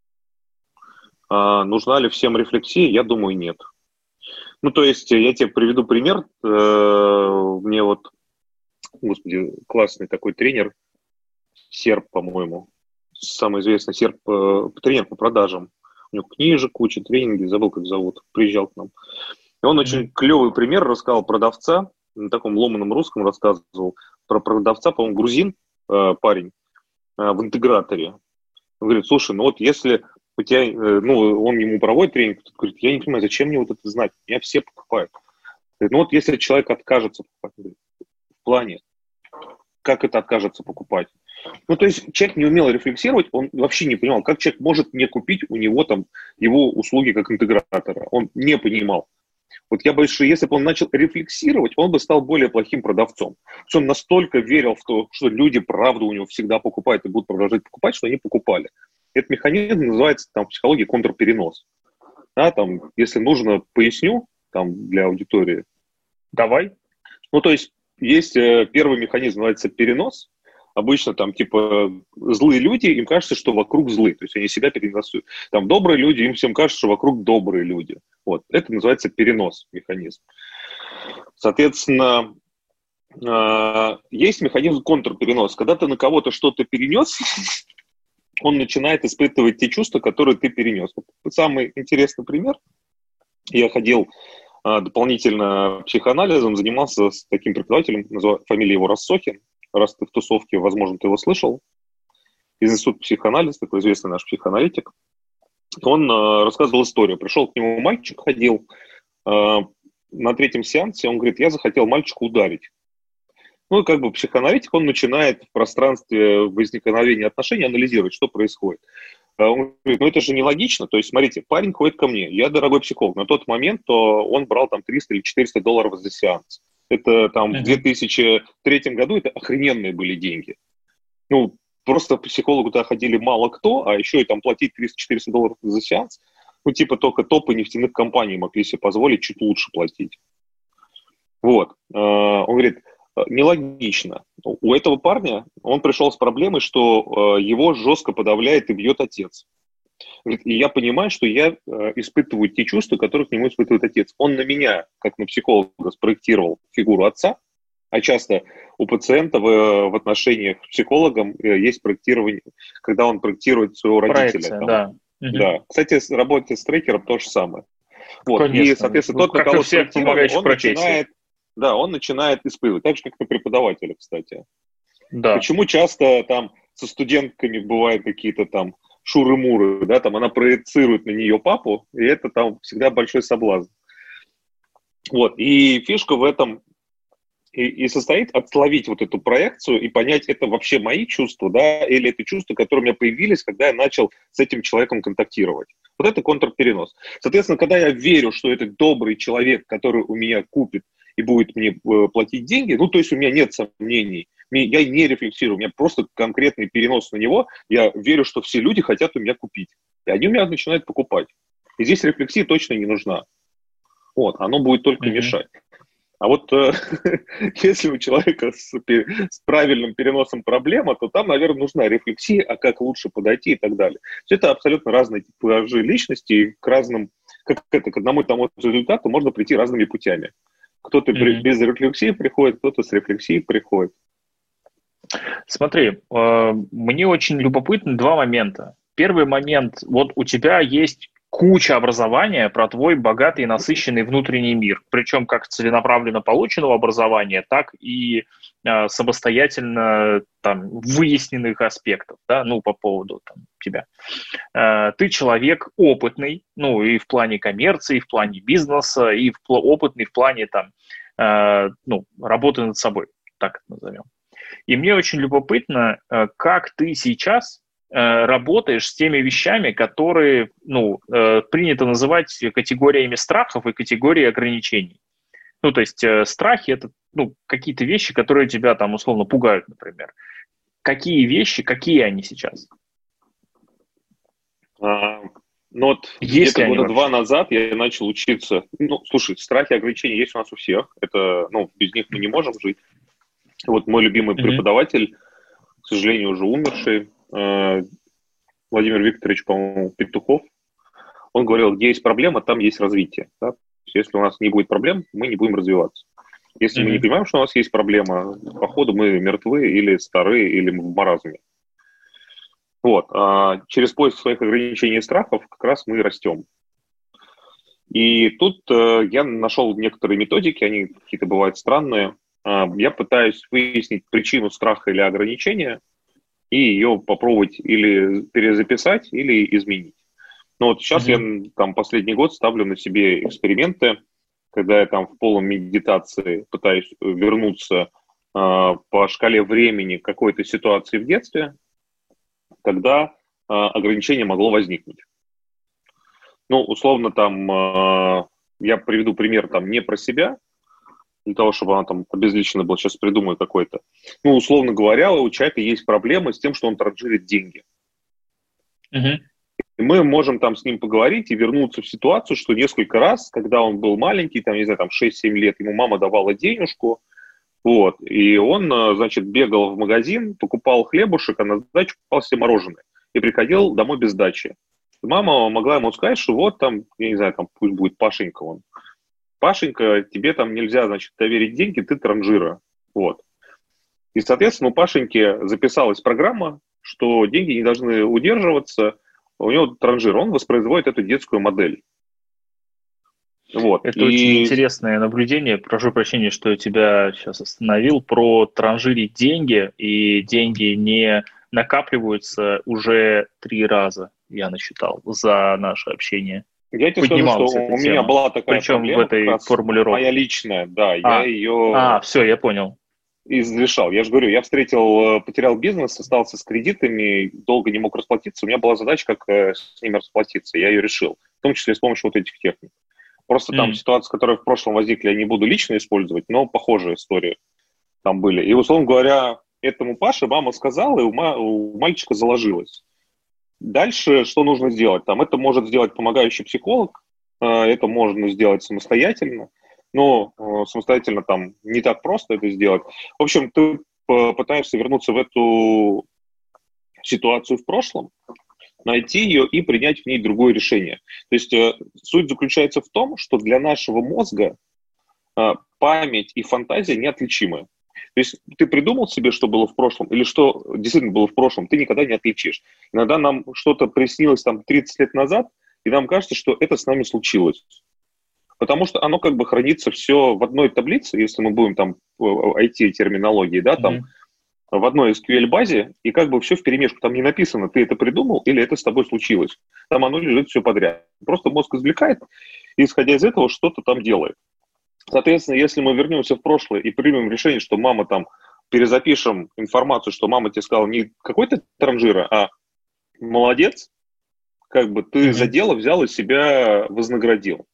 А нужна ли всем рефлексия? Я думаю, нет. Ну, то есть, я тебе приведу пример. Э, мне вот, господи, классный такой тренер, серб, по-моему, самый известный серб, э, тренер по продажам. У него книжек, куча, тренинги, забыл, как зовут, приезжал к нам. И он mm-hmm. очень клевый пример рассказал продавца, на таком ломаном русском рассказывал, про продавца, по-моему, грузин, э, парень, э, в интеграторе. Он говорит, слушай, ну вот если у тебя, э, ну, он ему проводит тренинг, он говорит, я не понимаю, зачем мне вот это знать, меня все покупают. Говорит, ну вот если человек откажется покупать, в плане, как это откажется покупать? Ну, то есть человек не умел рефлексировать, он вообще не понимал, как человек может не купить у него там его услуги как интегратора. Он не понимал. Вот я боюсь, что если бы он начал рефлексировать, он бы стал более плохим продавцом. То есть он настолько верил в то, что люди правду у него всегда покупают и будут продолжать покупать, что они покупали. Этот механизм называется там, в психологии контрперенос. Да, там, если нужно, поясню там, для аудитории. Давай. Ну, то есть, есть э, первый механизм, называется перенос. Обычно там, типа, злые люди, им кажется, что вокруг злые. То есть, они себя переносят. Там добрые люди, им всем кажется, что вокруг добрые люди. Вот. Это называется перенос механизм. Соответственно, э, есть механизм контрперенос. Когда ты на кого-то что-то перенес, он начинает испытывать те чувства, которые ты перенес. Вот самый интересный пример. Я ходил а, дополнительно психоанализом, занимался с таким преподавателем, называю, фамилия его Рассохин. Раз ты в тусовке, возможно, ты его слышал. Из института психоанализа, такой известный наш психоаналитик. Он а, рассказывал историю. Пришел к нему мальчик, ходил а, на третьем сеансе, он говорит, я захотел мальчика ударить. Ну, и как бы психоаналитик, он начинает в пространстве возникновения отношений анализировать, что происходит. Он говорит, ну это же нелогично. То есть, смотрите, парень ходит ко мне, я дорогой психолог. На тот момент то он брал там триста или четыреста долларов за сеанс. Это там uh-huh. в две тысячи третьем году это охрененные были деньги. Ну, просто психологу туда ходили мало кто, а еще и там платить триста-четыреста долларов за сеанс. Ну, типа только топы нефтяных компаний могли себе позволить чуть лучше платить. Вот. Он говорит, нелогично. У этого парня, он пришел с проблемой, что э, его жестко подавляет и бьет отец. Говорит, и я понимаю, что я э, испытываю те чувства, которые к нему испытывает отец. Он на меня, как на психолога, спроектировал фигуру отца, а часто у пациента в, в отношениях с психологом э, есть проектирование, когда он проектирует своего родителя. Проекция, да. Да. Кстати, работать с трекером то же самое. Вот. Конечно. И, соответственно, тот, на кого спроектировали, он начинает... Да, он начинает испытывать. Так же, как на преподавателя, кстати. Да. Почему часто там со студентками бывают какие-то там шуры-муры, да, там она проецирует на нее папу, и это там всегда большой соблазн. Вот, и фишка в этом и, и состоит отловить вот эту проекцию и понять, это вообще мои чувства, да, или это чувства, которые у меня появились, когда я начал с этим человеком контактировать. Вот это контрперенос. Соответственно, когда я верю, что это добрый человек, который у меня купит и будет мне э, платить деньги, ну, то есть у меня нет сомнений, мне, я не рефлексирую, у меня просто конкретный перенос на него, я верю, что все люди хотят у меня купить, и они у меня начинают покупать. И здесь рефлексия точно не нужна. Вот, оно будет только mm-hmm. мешать. А вот э, если у человека с, с правильным переносом проблема, то там, наверное, нужна рефлексия, а как лучше подойти и так далее. Все это абсолютно разные типажи личности, и к разным, как это, к одному и тому результату можно прийти разными путями. Кто-то mm-hmm. без рефлексии приходит, кто-то с рефлексией приходит. Смотри, э, мне очень любопытны два момента. Первый момент, вот у тебя есть куча образования про твой богатый и насыщенный внутренний мир, причем как целенаправленно полученного образования, так и э, самостоятельно там, выясненных аспектов, да, ну, по поводу там, тебя. Э, ты человек опытный, ну, и в плане коммерции, и в плане бизнеса, и в, опытный в плане там, э, ну, работы над собой, так это назовем. И мне очень любопытно, э, как ты сейчас работаешь с теми вещами, которые, ну, принято называть категориями страхов и категорией ограничений. Ну, то есть страхи – это, ну, какие-то вещи, которые тебя там условно пугают, например. Какие вещи, какие они сейчас? А, ну вот где-то года два назад я начал учиться. Ну, слушай, страхи и ограничения есть у нас у всех. Это, ну, без них мы не можем жить. Вот мой любимый mm-hmm. преподаватель, к сожалению, уже умерший, Владимир Викторович, по-моему, Петухов, он говорил, где есть проблема, там есть развитие. Да? Если у нас не будет проблем, мы не будем развиваться. Если mm-hmm. мы не понимаем, что у нас есть проблема, походу мы мертвы или стары, или в маразме. Вот. А через поиск своих ограничений и страхов как раз мы растем. И тут э, я нашел некоторые методики, они какие-то бывают странные. Э, я пытаюсь выяснить причину страха или ограничения, и ее попробовать или перезаписать, или изменить. Ну вот сейчас mm-hmm. я там последний год ставлю на себе эксперименты, когда я там в полном медитации пытаюсь вернуться э, по шкале времени к какой-то ситуации в детстве, когда э, ограничение могло возникнуть. Ну, условно, там, э, я приведу пример там не про себя, для того, чтобы она там обезличена была, сейчас придумаю какой-то. Ну, условно говоря, у человека есть проблема с тем, что он транжирит деньги. Мгм. И мы можем там с ним поговорить и вернуться в ситуацию, что несколько раз, когда он был маленький, там, не знаю, там шесть-семь лет, ему мама давала денежку, вот, и он, э, значит, бегал в магазин, покупал хлебушек, а на сдачу покупал себе мороженое и приходил домой без сдачи. Мама могла ему сказать, что вот там, я не знаю, там пусть будет Пашенька он. Пашенька, тебе там нельзя, значит, доверить деньги, ты транжира. Вот. И, соответственно, у Пашеньки записалась программа, что деньги не должны удерживаться, у него транжир, он воспроизводит эту детскую модель. Вот. Это очень И интересное наблюдение. Прошу прощения, что я тебя сейчас остановил. Про транжирить деньги, и деньги не накапливаются уже три раза, я насчитал, за наше общение. я тебе скажу, что Поднималась эта у меня тема. была такая Причем в проблема, как этой раз моя формулировке. личная, да, я А, а, ее все, я понял. изрешал. Я же говорю, я встретил, потерял бизнес, остался с кредитами, долго не мог расплатиться. У меня была задача, как с ними расплатиться. Я ее решил, в том числе с помощью вот этих техник. Просто там М. ситуации, которые в прошлом возникли, я не буду лично использовать, но похожие истории там были. И, условно говоря, этому Паше мама сказала, и у, ма- у мальчика заложилось. Дальше что нужно сделать? Там это может сделать помогающий психолог, э, это можно сделать самостоятельно, но э, самостоятельно там не так просто это сделать. В общем, ты пытаешься вернуться в эту ситуацию в прошлом, найти ее и принять в ней другое решение. То есть э, суть заключается в том, что для нашего мозга э, память и фантазия неотличимы. То есть ты придумал себе, что было в прошлом, или что действительно было в прошлом, ты никогда не отличишь. Иногда нам что-то приснилось там тридцать лет назад, и нам кажется, что это с нами случилось. Потому что оно как бы хранится все в одной таблице, если мы будем там ай ти-терминологии, да, там Мгм. в одной эс кью эль-базе, и как бы все вперемешку. Там не написано, ты это придумал или это с тобой случилось. Там оно лежит все подряд. Просто мозг извлекает, и, исходя из этого, что-то там делает. Соответственно, если мы вернемся в прошлое и примем решение, что мама там, перезапишем информацию, что мама тебе сказала не какой-то транжира, а молодец, как бы ты за Мгм. дело взял и себя вознаградил.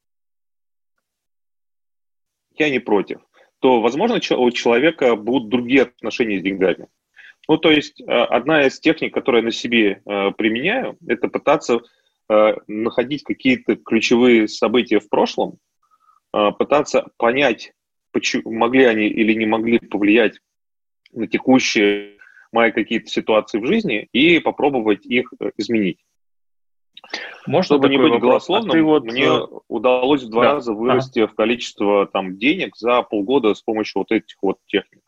Я не против. То, возможно, у человека будут другие отношения с деньгами. Ну, то есть одна из техник, которую я на себе э, применяю, это пытаться э, находить какие-то ключевые события в прошлом, э, пытаться понять, почему, могли они или не могли повлиять на текущие мои какие-то ситуации в жизни и попробовать их э, изменить. Можно Чтобы не такой быть вопрос? А ты голословным, вот... мне э, удалось в два Да. раза Ага. вырасти в количество там, денег за полгода с помощью вот этих вот техник.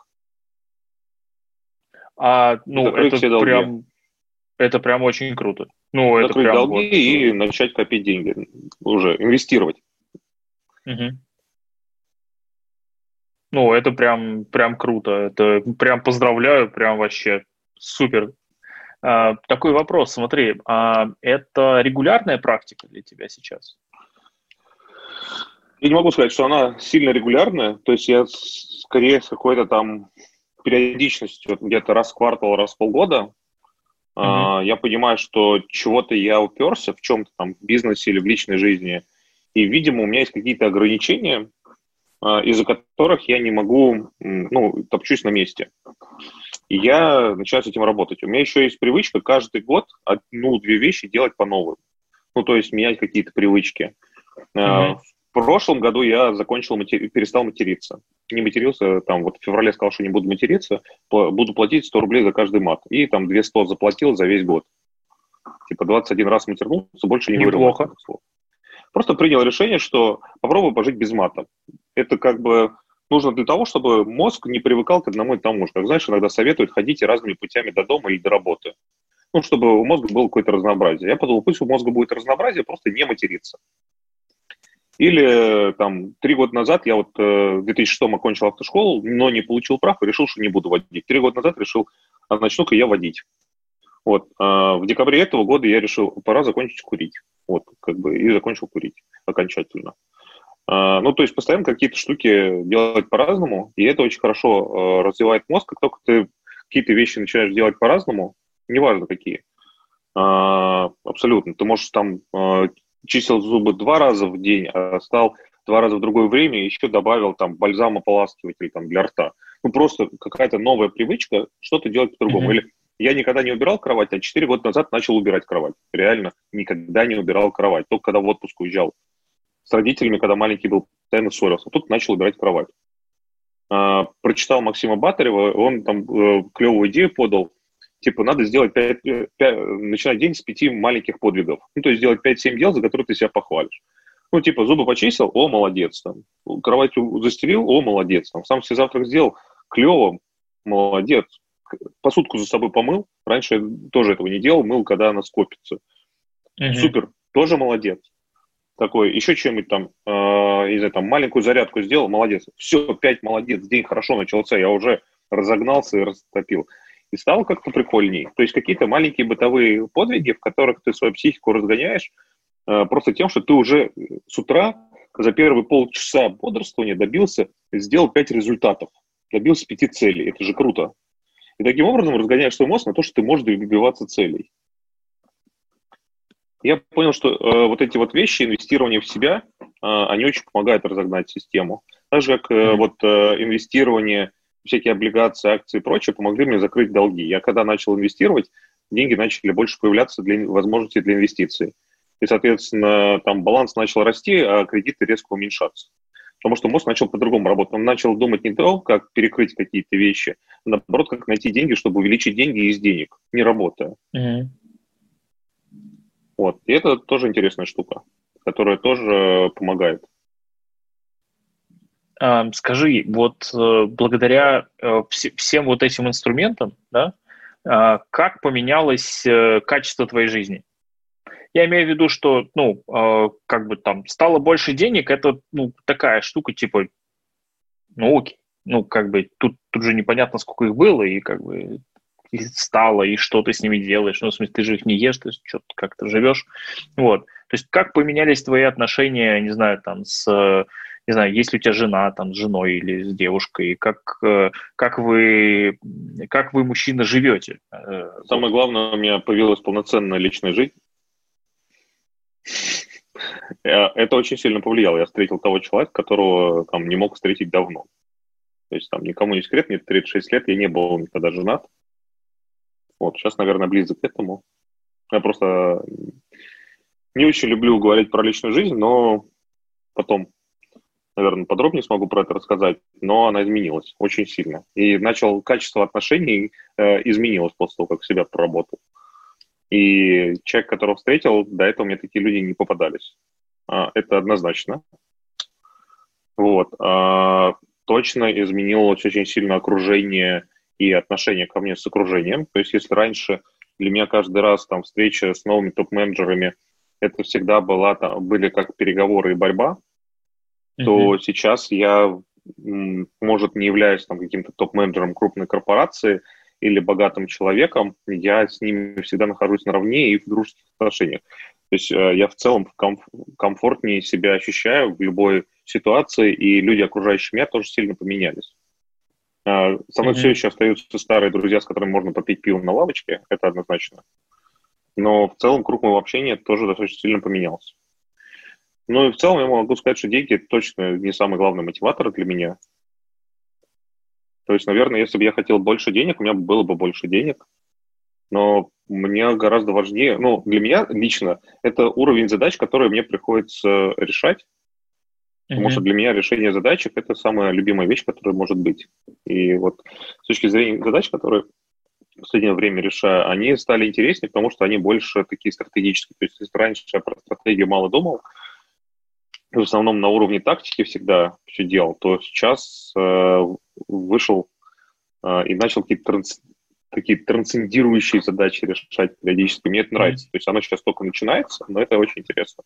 А, ну, Закрыть это все долги. прям, это прям очень круто. Ну, это Закрыть прям долги вот... и э, начать копить деньги. Уже инвестировать. мгм. Ну, это прям, прям круто. Это прям поздравляю, прям вообще супер. А, такой вопрос, смотри, а это регулярная практика для тебя сейчас? Я не могу сказать, что она сильно регулярная. То есть я с- скорее с какой-то там периодичностью, вот где-то раз в квартал, раз в полгода, Мгм. а, я понимаю, что чего-то я уперся в чем-то там в бизнесе или в личной жизни. И, видимо, у меня есть какие-то ограничения, а, из-за которых я не могу, м, ну, топчусь на месте. И я начинаю с этим работать. У меня еще есть привычка каждый год одну-две вещи делать по новой. Ну, то есть менять какие-то привычки. А, Мгм. В прошлом году я закончил, матери- перестал материться. Не матерился, там, вот в феврале сказал, что не буду материться, по- буду платить сто рублей за каждый мат. И там двести заплатил за весь год. Типа двадцать один раз матернулся, больше не говорю Неплохо. матерных слов. Просто принял решение, что попробую пожить без мата. Это как бы нужно для того, чтобы мозг не привыкал к одному и тому же. Как знаешь, иногда советуют ходить разными путями до дома или до работы. Ну, чтобы у мозга было какое-то разнообразие. Я подумал, пусть у мозга будет разнообразие, просто не материться. Или там три года назад я вот э, в две тысячи шестом окончил автошколу, но не получил прав и решил, что не буду водить. Три года назад решил, а начну-ка я водить. Вот. А в декабре этого года я решил, пора закончить курить. Вот, как бы, и закончил курить окончательно. А, ну, то есть постоянно какие-то штуки делать по-разному, и это очень хорошо э, развивает мозг. Как только ты какие-то вещи начинаешь делать по-разному, неважно какие, а, абсолютно. Ты можешь там э, чистил зубы два раза в день, а стал два раза в другое время, и еще добавил там бальзам-ополаскиватель там, для рта. Ну, просто какая-то новая привычка, что-то делать по-другому. Мгм. Или Я никогда не убирал кровать, а четыре года назад начал убирать кровать. Реально, никогда не убирал кровать. Только когда в отпуск уезжал с родителями, когда маленький был, постоянно ссорился. Тут начал убирать кровать. А, прочитал Максима Батарева, он там э, клевую идею подал. Типа, надо сделать пять, пять, начинать день с пяти маленьких подвигов. Ну, то есть сделать пять-семь дел, за которые ты себя похвалишь. Ну, типа, зубы почистил, о, молодец. Там. Кровать застелил, о, молодец. Там. Сам себе завтрак сделал, клево, молодец. Посудку за собой помыл. Раньше я тоже этого не делал, мыл, когда она скопится. Mm-hmm. Супер, тоже молодец. Такой, еще чем-нибудь там, э, не знаю, там, маленькую зарядку сделал, молодец. Все, пять, молодец, день хорошо начался, я уже разогнался и растопил. И стало как-то прикольней. То есть какие-то маленькие бытовые подвиги, в которых ты свою психику разгоняешь, э, просто тем, что ты уже с утра за первые полчаса бодрствования добился, сделал пять результатов, добился пяти целей. Это же круто. И таким образом разгоняешь свой мозг на то, что ты можешь добиваться целей. Я понял, что э, вот эти вот вещи, инвестирование в себя, э, они очень помогают разогнать систему. Так же, как э, вот э, инвестирование, всякие облигации, акции и прочее, помогли мне закрыть долги. Я когда начал инвестировать, деньги начали больше появляться для возможностей для инвестиций. И, соответственно, там баланс начал расти, а кредиты резко уменьшаться. Потому что мозг начал по-другому работать. Он начал думать не то, как перекрыть какие-то вещи, а наоборот, как найти деньги, чтобы увеличить деньги из денег, не работая. Mm-hmm. Вот. И это тоже интересная штука, которая тоже помогает. А, скажи, вот э, благодаря э, вс- всем вот этим инструментам, да, э, как поменялось э, качество твоей жизни? Я имею в виду, что, ну, э, как бы там стало больше денег, это, ну, такая штука, типа, ну, окей, ну, как бы тут, тут же непонятно, сколько их было, и как бы и стало, и что ты с ними делаешь, ну, в смысле, ты же их не ешь, ты что-то как-то живешь, вот. То есть как поменялись твои отношения, не знаю, там, с, не знаю, есть ли у тебя жена, там, с женой или с девушкой, как, как вы, как вы, мужчина, живете? Самое главное, у меня появилась полноценная личная жизнь. Это очень сильно повлияло. Я встретил того человека, которого там не мог встретить давно. То есть там никому не секрет, мне тридцать шесть лет, я не был никогда женат. Вот, сейчас, наверное, близок к этому. Я просто не очень люблю говорить про личную жизнь, но потом, наверное, подробнее смогу про это рассказать. Но она изменилась очень сильно. И начал качество отношений э, изменилось после того, как себя проработал. И человек, которого встретил, до этого мне такие люди не попадались. А, это однозначно. Вот. А, точно изменилось очень сильно окружение и отношение ко мне с окружением. То есть если раньше для меня каждый раз там встреча с новыми топ-менеджерами, это всегда была, там, были как переговоры и борьба, mm-hmm. то сейчас я, может, не являюсь там каким-то топ-менеджером крупной корпорации или богатым человеком, я с ними всегда нахожусь наравне и в дружеских отношениях. То есть я в целом комф- комфортнее себя ощущаю в любой ситуации, и люди, окружающие меня, тоже сильно поменялись. Со мной mm-hmm. все еще остаются старые друзья, с которыми можно попить пиво на лавочке, это однозначно. Но в целом круг моего общения тоже достаточно сильно поменялся. Ну и в целом я могу сказать, что деньги точно не самый главный мотиватор для меня. То есть, наверное, если бы я хотел больше денег, у меня было бы больше денег. Но мне гораздо важнее, ну, для меня лично, это уровень задач, которые мне приходится решать. Потому mm-hmm. что для меня решение задачек – это самая любимая вещь, которая может быть. И вот с точки зрения задач, которые в последнее время решаю, они стали интереснее, потому что они больше такие стратегические. То есть если раньше я про стратегию мало думал, в основном на уровне тактики всегда все делал, то сейчас э, вышел э, и начал какие-то транс, такие трансцендирующие задачи решать периодически. Мне это нравится. Mm-hmm. То есть оно сейчас только начинается, но это очень интересно.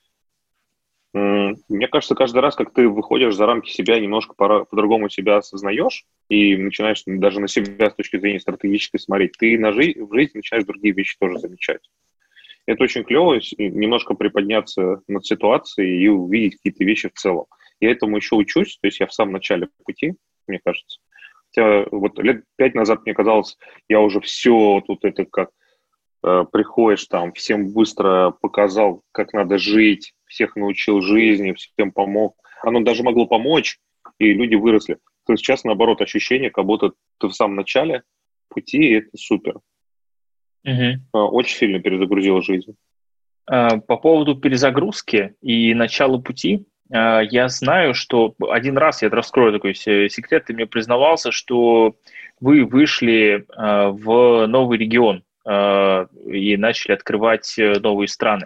Мне кажется, каждый раз, как ты выходишь за рамки себя, немножко по- по-другому себя осознаешь и начинаешь даже на себя с точки зрения стратегической смотреть, ты на жи- в жизни начинаешь другие вещи тоже замечать. Это очень клево, немножко приподняться над ситуацией и увидеть какие-то вещи в целом. Я этому еще учусь, то есть я в самом начале пути, мне кажется. Хотя вот лет пять назад мне казалось, я уже все тут это как э, приходишь там, всем быстро показал, как надо жить, всех научил жизни, всем помог. Оно даже могло помочь, и люди выросли. То есть сейчас, наоборот, ощущение, как будто ты в самом начале пути, и это супер. Мгм. А, Очень сильно перезагрузила жизнь. А, По поводу перезагрузки и начала пути, а, я знаю, что один раз, я раскрою такой се- секрет, ты мне признавался, что вы вышли а, в новый регион а, и начали открывать э, новые страны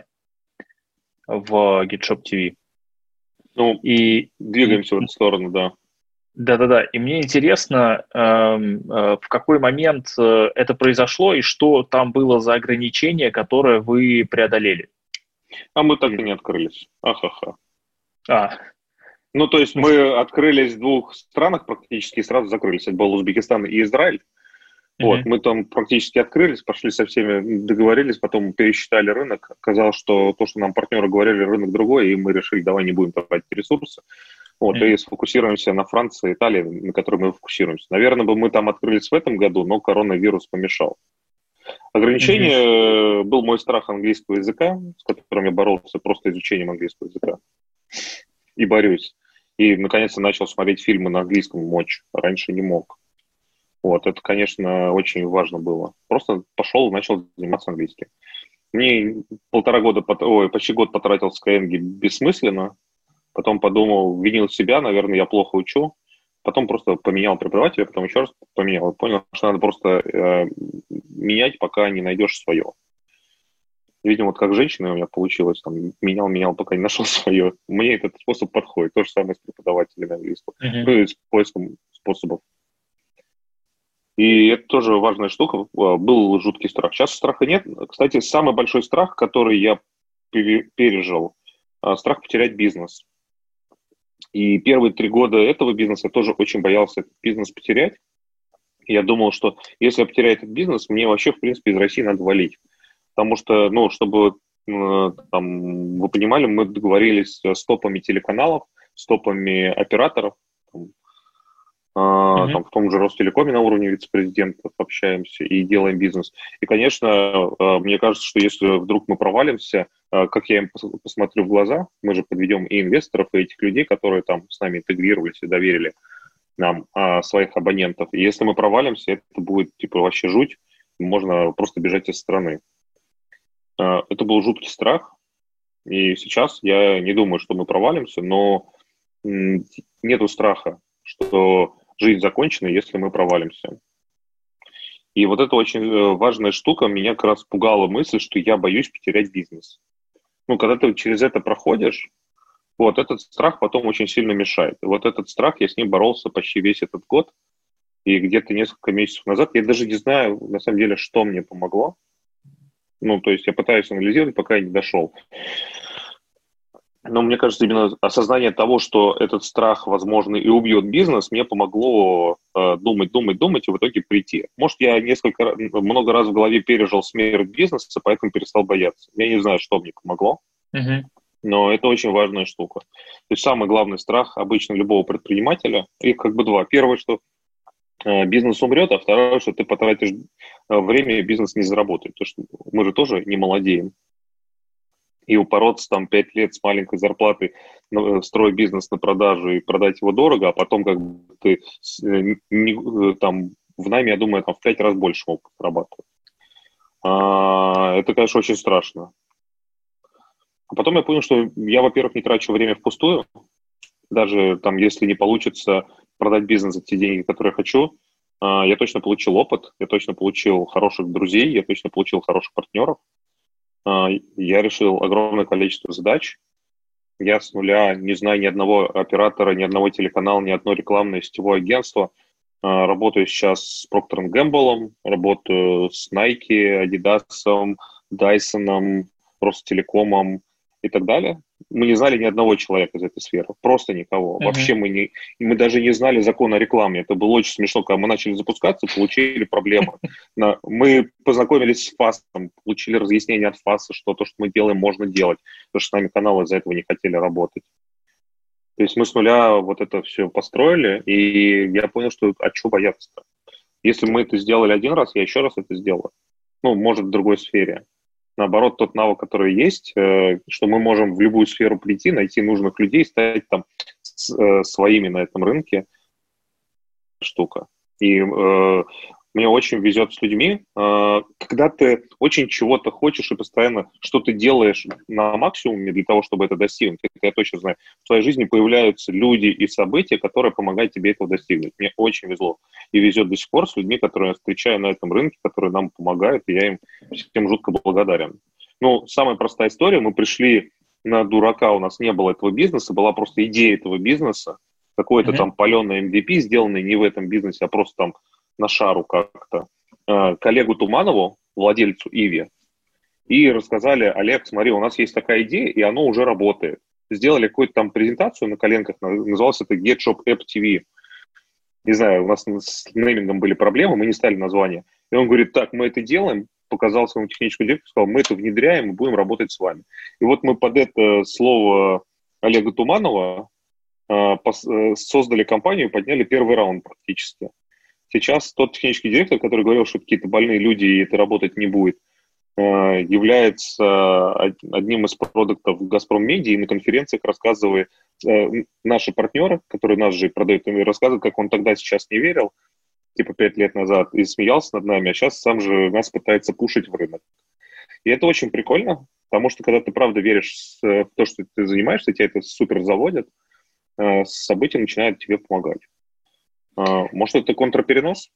в GitShop ти ви. Ну, И м, двигаемся в эту сторону, да. да-да-да, и мне интересно, эм, э, в какой момент э, это произошло и что там было за ограничение, которое вы преодолели. А мы так и Или- не открылись. Ахаха. А, Ну, то есть мы открылись в двух странах практически и сразу закрылись. Это был Узбекистан и Израиль. Вот, мгм, мы там практически открылись, пошли со всеми, договорились, потом пересчитали рынок. Оказалось, что то, что нам партнеры говорили, рынок другой, и мы решили, давай не будем тратить ресурсы. Вот, и мгм, сфокусируемся на Франции, Италии, на которой мы фокусируемся. Наверное, бы мы там открылись в этом году, но коронавирус помешал. мгм, Ограничение э, был мой страх английского языка, с которым я боролся просто изучением английского языка. И борюсь. И, наконец-то, начал смотреть фильмы на английском мочь. Раньше не мог. Вот, это, конечно, очень важно было. Просто пошел и начал заниматься английским. Мне полтора года, ой, почти год потратил в Skyeng бессмысленно. Потом подумал, винил себя, наверное, я плохо учу. Потом просто поменял преподавателя, потом еще раз поменял. И понял, что надо просто э, менять, пока не найдешь свое. Видимо, вот как женщина у меня получилось, там, менял, менял, пока не нашел свое. Мне этот способ подходит. То же самое с преподавателями английского. мгм, Ну и с поиском способов. И это тоже важная штука. А, Был жуткий страх. Сейчас страха нет. Кстати, самый большой страх, который я пере- пережил, а, страх потерять бизнес. И первые три года этого бизнеса я тоже очень боялся этот бизнес потерять. Я думал, что если я потеряю этот бизнес, мне вообще, в принципе, из России надо валить. Потому что, ну, чтобы э, там, вы понимали, мы договорились с топами телеканалов, с топами операторов, там, а, мгм, там, в том же Ростелекоме на уровне вице-президентов общаемся и делаем бизнес. И, конечно, а, мне кажется, что если вдруг мы провалимся, а, как я им пос- посмотрю в глаза, мы же подведем и инвесторов, и этих людей, которые там с нами интегрировались и доверили нам а, своих абонентов. И если мы провалимся, это будет типа вообще жуть, можно просто бежать из страны. А, Это был жуткий страх, и сейчас я не думаю, что мы провалимся, но м, нету страха, что жизнь закончена, если мы провалимся. И вот это очень э, важная штука. Меня как раз пугала мысль, что я боюсь потерять бизнес. Ну, когда ты через это проходишь, вот этот страх потом очень сильно мешает. И вот этот страх, я с ним боролся почти весь этот год. И где-то несколько месяцев назад, я даже не знаю, на самом деле, что мне помогло. Ну, то есть я пытаюсь анализировать, пока я не дошел. Но мне кажется, именно осознание того, что этот страх, возможно, и убьет бизнес, мне помогло э, думать, думать, думать и в итоге прийти. Может, я несколько, ра- много раз в голове пережил смерть бизнеса, поэтому перестал бояться. Я не знаю, что мне помогло, мгм, но это очень важная штука. То есть самый главный страх обычно любого предпринимателя, их как бы два. Первое, что э, бизнес умрет, а второе, что ты потратишь э, время, и бизнес не заработает. Потому что мы же тоже не молодеем. И упороться там пять лет с маленькой зарплатой, ну, э, строить бизнес на продажу и продать его дорого, а потом как бы ты с- э, не- э, там в найме, я думаю, там в пять раз больше мог зарабатывать. А, это, конечно, очень страшно. А потом я понял, что я, во-первых, не трачу время впустую, даже там, если не получится продать бизнес за те деньги, которые я хочу, а, я точно получил опыт, я точно получил хороших друзей, я точно получил хороших партнеров, а, я решил огромное количество задач. Я с нуля не знаю ни одного оператора, ни одного телеканала, ни одно рекламное сетевое агентство. А, Работаю сейчас с Procter энд Gamble, работаю с Nike, Adidas, Dyson, Ростелекомом и так далее. Мы не знали ни одного человека из этой сферы, просто никого. мгм. Вообще мы, не, мы даже не знали закона о рекламе. Это было очень смешно, когда мы начали запускаться, получили проблемы. На- Мы познакомились с ФАСом, получили разъяснение от ФАСа, что то, что мы делаем, можно делать, потому что с нами каналы из-за этого не хотели работать. То есть мы с нуля вот это все построили, и я понял, что а что бояться-то? Если мы это сделали один раз, я еще раз это сделаю. Ну, может, в другой сфере. Наоборот, тот навык, который есть, э, что мы можем в любую сферу прийти, найти нужных людей, стать там с- э, своими на этом рынке, штука. И э, мне очень везет с людьми. Когда ты очень чего-то хочешь и постоянно что-то делаешь на максимуме для того, чтобы это достигнуть, это я точно знаю, в твоей жизни появляются люди и события, которые помогают тебе этого достигнуть. Мне очень везло и везет до сих пор с людьми, которые я встречаю на этом рынке, которые нам помогают, и я им всем жутко благодарен. Ну, самая простая история. Мы пришли на дурака, у нас не было этого бизнеса, была просто идея этого бизнеса, какой-то Мгм. там паленый эм ви пи, сделанный не в этом бизнесе, а просто там на шару как-то, э, коллегу Туманову, владельцу Иви, и рассказали: Олег, смотри, у нас есть такая идея, и оно уже работает. Сделали какую-то там презентацию на коленках, называлось это GetShop App ти ви. Не знаю, у нас с неймингом были проблемы, мы не стали название. И он говорит: так, мы это делаем, показал своему техническому директору, сказал: мы это внедряем и будем работать с вами. И вот мы под это слово Олега Туманова э, пос, э, создали компанию и подняли первый раунд практически. Сейчас тот технический директор, который говорил, что какие-то больные люди и это работать не будет, является одним из продуктов «Газпром Медиа», и на конференциях рассказывает, наши партнеры, которые нас же продают, рассказывают, как он тогда сейчас не верил, типа пять лет назад, и смеялся над нами, а сейчас сам же нас пытается пушить в рынок. И это очень прикольно, потому что когда ты правда веришь в то, что ты занимаешься, тебя это супер заводит, события начинают тебе помогать. Может, это контрперенос?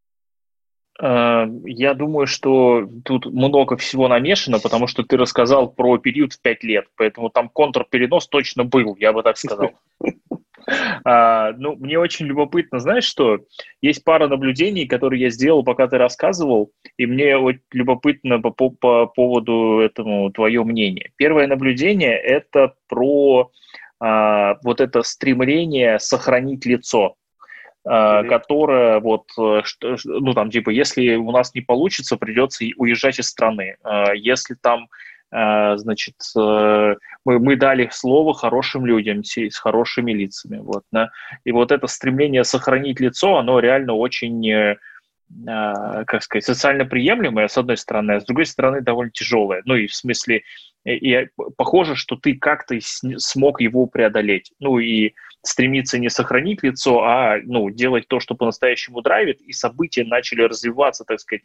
Я думаю, что тут много всего намешано, потому что ты рассказал про период в пять лет, поэтому там контрперенос точно был, я бы так сказал. А, ну, мне очень любопытно, знаешь что? Есть пара наблюдений, которые я сделал, пока ты рассказывал, и мне вот любопытно по, по, по поводу этому твое мнение. Первое наблюдение – это про а, вот это стремление сохранить лицо. Uh, mm-hmm. которая вот, что, ну, там, типа, если у нас не получится, придется уезжать из страны. Uh, если там, uh, значит, uh, мы, мы дали слово хорошим людям с хорошими лицами, вот, да? И вот это стремление сохранить лицо, оно реально очень, uh, как сказать, социально приемлемое, с одной стороны, а с другой стороны, довольно тяжелое. Ну, и в смысле, и, и похоже, что ты как-то смог его преодолеть. Ну, и стремиться не сохранить лицо, а, ну, делать то, что по-настоящему драйвит, и события начали развиваться, так сказать,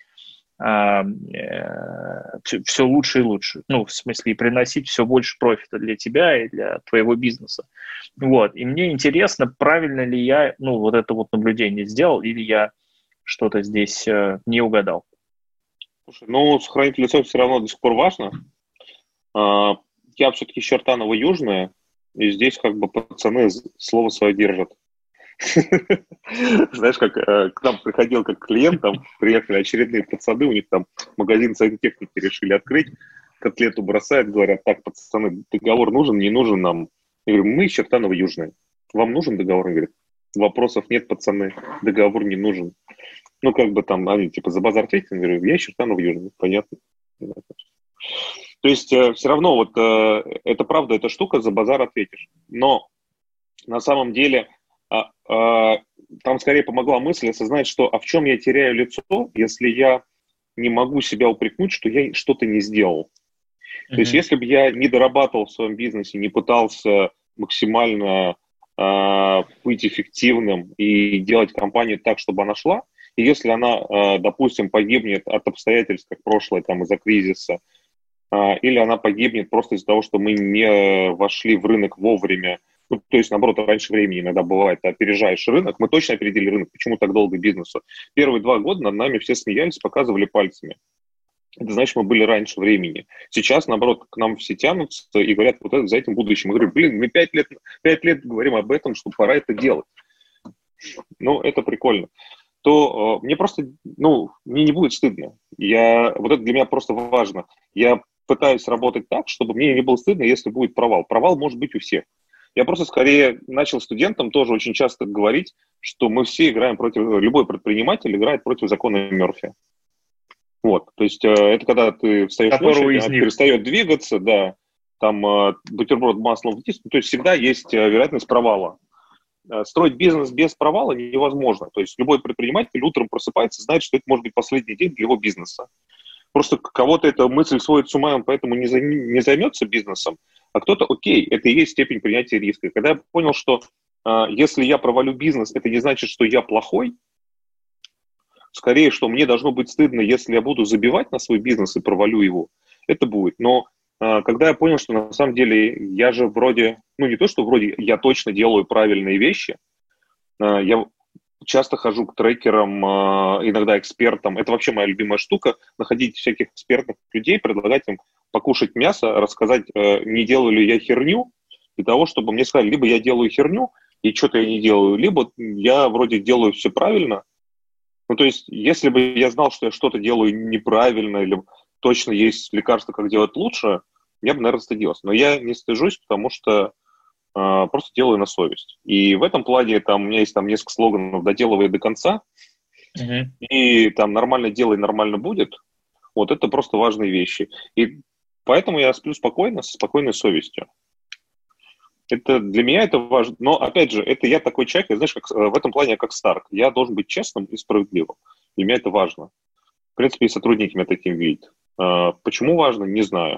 все лучше и лучше. Ну, в смысле, и приносить все больше профита для тебя и для твоего бизнеса. Вот. И мне интересно, правильно ли я, ну, вот это вот наблюдение сделал, или я что-то здесь не угадал. Слушай, ну, сохранить лицо все равно до сих пор важно. Я все-таки Чертаново-Южная, и здесь как бы пацаны слово свое держат. Знаешь, как к нам приходил как клиент, там приехали очередные пацаны, у них там магазин сантехники решили открыть, котлету бросают, говорят: так, пацаны, договор нужен, не нужен нам? Я говорю: мы Чертаново-Южная. Вам нужен договор? Он говорит: вопросов нет, пацаны, договор не нужен. Ну, как бы там, они типа за базар ответили, я говорю: я Чертаново-Южная, понятно. То есть э, все равно вот э, это правда, эта штука, за базар ответишь. Но на самом деле э, э, там скорее помогла мысль осознать, что а в чем я теряю лицо, если я не могу себя упрекнуть, что я что-то не сделал. Mm-hmm. То есть если бы я не дорабатывал в своем бизнесе, не пытался максимально э, быть эффективным и делать компанию так, чтобы она шла, и если она, э, допустим, погибнет от обстоятельств, как прошлое, там, из-за кризиса, или она погибнет просто из-за того, что мы не вошли в рынок вовремя. Ну, то есть, наоборот, раньше времени иногда бывает, ты опережаешь рынок. Мы точно опередили рынок. Почему так долго бизнесу? Первые два года над нами все смеялись, показывали пальцами. Это значит, мы были раньше времени. Сейчас, наоборот, к нам все тянутся и говорят: вот это, за этим будущим. Мы говорим: блин, мы пять лет, пять лет говорим об этом, что пора это делать. Ну, это прикольно. То э, мне просто, ну, мне не будет стыдно. Я, вот это для меня просто важно. Я пытаюсь работать так, чтобы мне не было стыдно, если будет провал. Провал может быть у всех. Я просто скорее начал студентам тоже очень часто говорить, что мы все играем против, любой предприниматель играет против закона Мерфи. Вот, то есть это когда ты встаешь ночью, она перестает двигаться, да, там бутерброд маслом втиснут, то есть всегда есть вероятность провала. Строить бизнес без провала невозможно. То есть любой предприниматель утром просыпается, знает, что это может быть последний день для его бизнеса. Просто кого-то эта мысль сводит с ума, он поэтому не, займ, не займется бизнесом, а кто-то, окей, это и есть степень принятия риска. Когда я понял, что э, если я провалю бизнес, это не значит, что я плохой, скорее, что мне должно быть стыдно, если я буду забивать на свой бизнес и провалю его. Это будет. Но э, когда я понял, что на самом деле я же вроде, ну не то, что вроде я точно делаю правильные вещи, э, я часто хожу к трекерам, э, иногда экспертам. Это вообще моя любимая штука, находить всяких экспертных людей, предлагать им покушать мясо, рассказать, э, не делаю ли я херню, для того, чтобы мне сказали, либо я делаю херню, и что-то я не делаю, либо я вроде делаю все правильно. Ну, то есть, если бы я знал, что я что-то делаю неправильно, или точно есть лекарство, как делать лучше, я бы, наверное, стыдился. Но я не стыжусь, потому что э, просто делаю на совесть. И в этом плане там, у меня есть там несколько слоганов «доделывай до конца», Uh-huh. и там «нормально делай, нормально будет». Вот это просто важные вещи. И поэтому я сплю спокойно, со спокойной совестью. Это для меня это важно. Но, опять же, это я такой человек, я, знаешь, как, в этом плане я как Старк. Я должен быть честным и справедливым. Для меня это важно. В принципе, и сотрудники меня таким видят. Почему важно, не знаю.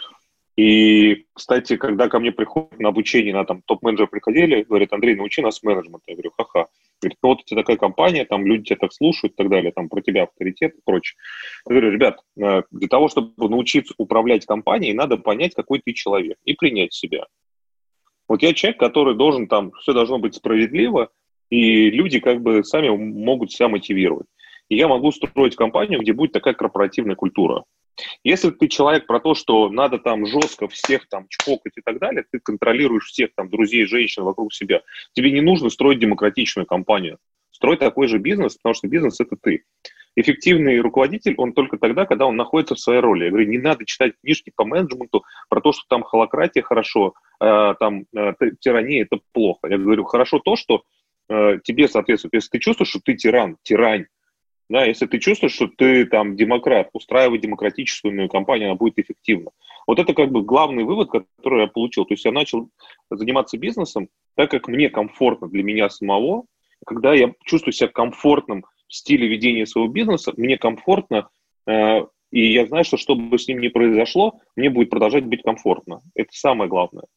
И, кстати, когда ко мне приходят на обучение, на там топ-менеджеры приходили, говорят, Андрей, научи нас менеджменту. Я говорю, ха-ха. Говорит, ну вот у тебя такая компания, там люди тебя так слушают и так далее, там про тебя авторитет и прочее. Я говорю, ребят, для того, чтобы научиться управлять компанией, надо понять, какой ты человек и принять себя. Вот я человек, который должен там, все должно быть справедливо, и люди как бы сами могут себя мотивировать. И я могу строить компанию, где будет такая корпоративная культура. Если ты человек про то, что надо там жестко всех там чпокать и так далее, ты контролируешь всех там друзей, женщин вокруг себя, тебе не нужно строить демократичную компанию. Строй такой же бизнес, потому что бизнес – это ты. Эффективный руководитель, он только тогда, когда он находится в своей роли. Я говорю, не надо читать книжки по менеджменту про то, что там холократия хорошо, э, там э, тирания – это плохо. Я говорю, хорошо то, что э, тебе соответствует. Если ты чувствуешь, что ты тиран, тирань, да, если ты чувствуешь, что ты там демократ, устраивай демократическую компанию, она будет эффективна. Вот это как бы главный вывод, который я получил. То есть я начал заниматься бизнесом так, как мне комфортно для меня самого. Когда я чувствую себя комфортным в стиле ведения своего бизнеса, мне комфортно, э, и я знаю, что что бы с ним ни произошло, мне будет продолжать быть комфортно. Это самое главное.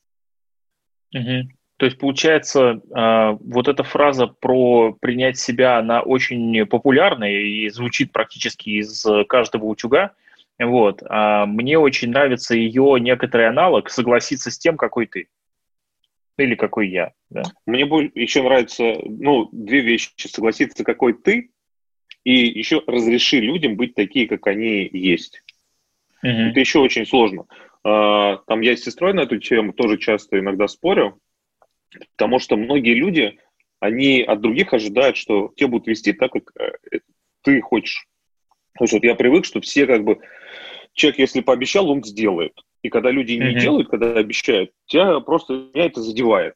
Угу. То есть, получается, э, вот эта фраза про принять себя, она очень популярная и звучит практически из каждого утюга. Вот. А мне очень нравится ее некоторый аналог «согласиться с тем, какой ты». Или какой я. Да? Мне еще нравится, ну, две вещи. Согласиться, какой ты, и еще разреши людям быть такие, как они есть. Uh-huh. Это еще очень сложно. Там я с сестрой на эту тему тоже часто иногда спорю, потому что многие люди, они от других ожидают, что те будут вести так, как ты хочешь. То есть вот я привык, что все как бы... Человек, если пообещал, он сделает. И когда люди не uh-huh. делают, когда обещают, тебя просто, меня это задевает.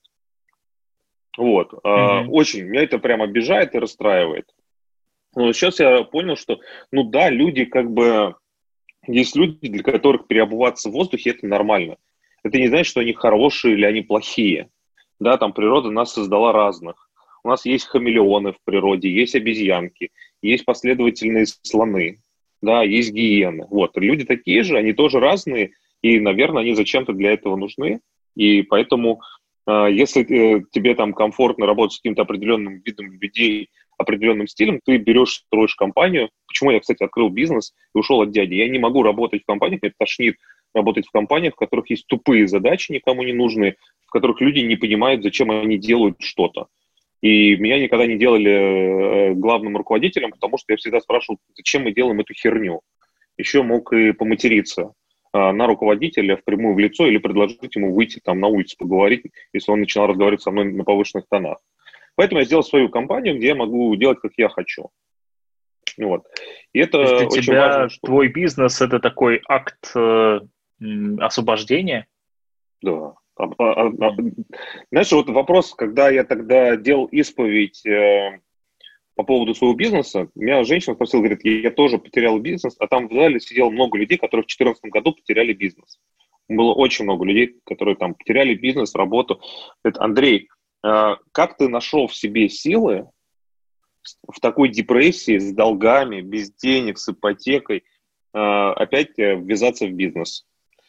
Вот. Uh-huh. Очень. Меня это прям обижает и расстраивает. Но сейчас я понял, что, ну да, люди как бы... Есть люди, для которых переобуваться в воздухе – это нормально. Это не значит, что они хорошие или они плохие. Да, там природа нас создала разных. У нас есть хамелеоны в природе, есть обезьянки, есть последовательные слоны, да, есть гиены. Вот. Люди такие же, они тоже разные, и, наверное, они зачем-то для этого нужны. И поэтому, э, если э, тебе там комфортно работать с каким-то определенным видом людей, определенным стилем, ты берешь, строишь компанию. Почему я, кстати, открыл бизнес и ушел от дяди? Я не могу работать в компаниях, мне тошнит работать в компаниях, в которых есть тупые задачи, никому не нужные, в которых люди не понимают, зачем они делают что-то. И меня никогда не делали главным руководителем, потому что я всегда спрашивал, зачем мы делаем эту херню. Еще мог и поматериться на руководителя впрямую в лицо или предложить ему выйти там на улицу поговорить, если он начинал разговаривать со мной на повышенных тонах. Поэтому я сделал свою компанию, где я могу делать, как я хочу. Вот. И это То есть для очень тебя важно. Что... твой бизнес – это такой акт э, освобождения? Да. А, а, а, знаешь, вот вопрос, когда я тогда делал исповедь э, по поводу своего бизнеса, меня женщина спросила, говорит, я, я тоже потерял бизнес, а там в зале сидело много людей, которые в две тысячи четырнадцатом году потеряли бизнес. Было очень много людей, которые там потеряли бизнес, работу. Говорит, Андрей, э, как ты нашел в себе силы в такой депрессии, с долгами, без денег, с ипотекой, э, опять ввязаться в бизнес?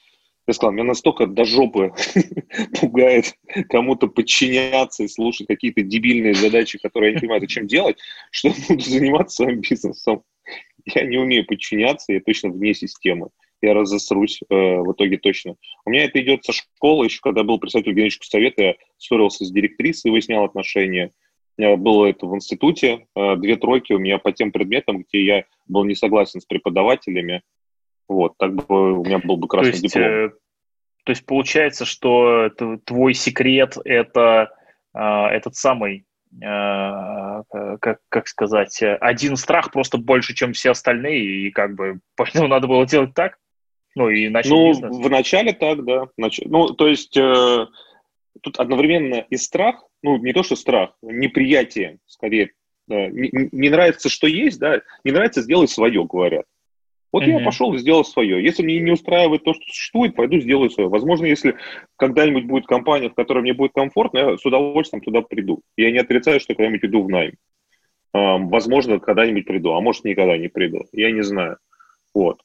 Я сказал, меня настолько до жопы пугает кому-то подчиняться и слушать какие-то дебильные задачи, которые я не понимаю, зачем делать, что я буду заниматься своим бизнесом. Я не умею подчиняться, я точно вне системы. Я разосрусь э, в итоге точно. У меня это идет со школы, еще когда был председателем генерального совета, я ссорился с директрисой, выяснял отношения. У меня было это в институте, э, две тройки у меня по тем предметам, где я был не согласен с преподавателями. Вот, так бы у меня был бы красный То есть, диплом. э, то есть получается, что т- твой секрет – это э, этот самый, э, как, как сказать, э, один страх просто больше, чем все остальные, и как бы поэтому надо было делать так, ну и начать Ну, бизнес. в начале так, да. Нач... Ну, то есть э, тут одновременно и страх, ну, не то, что страх, неприятие, скорее. Да. Не, не нравится, что есть, да, не нравится, сделай свое, говорят. Вот я Мгм. пошел и сделал свое. Если мне не устраивает то, что существует, пойду сделаю свое. Возможно, если когда-нибудь будет компания, в которой мне будет комфортно, я с удовольствием туда приду. Я не отрицаю, что когда-нибудь иду в найм. А, возможно, когда-нибудь приду, а может, никогда не приду. Я не знаю. Вот.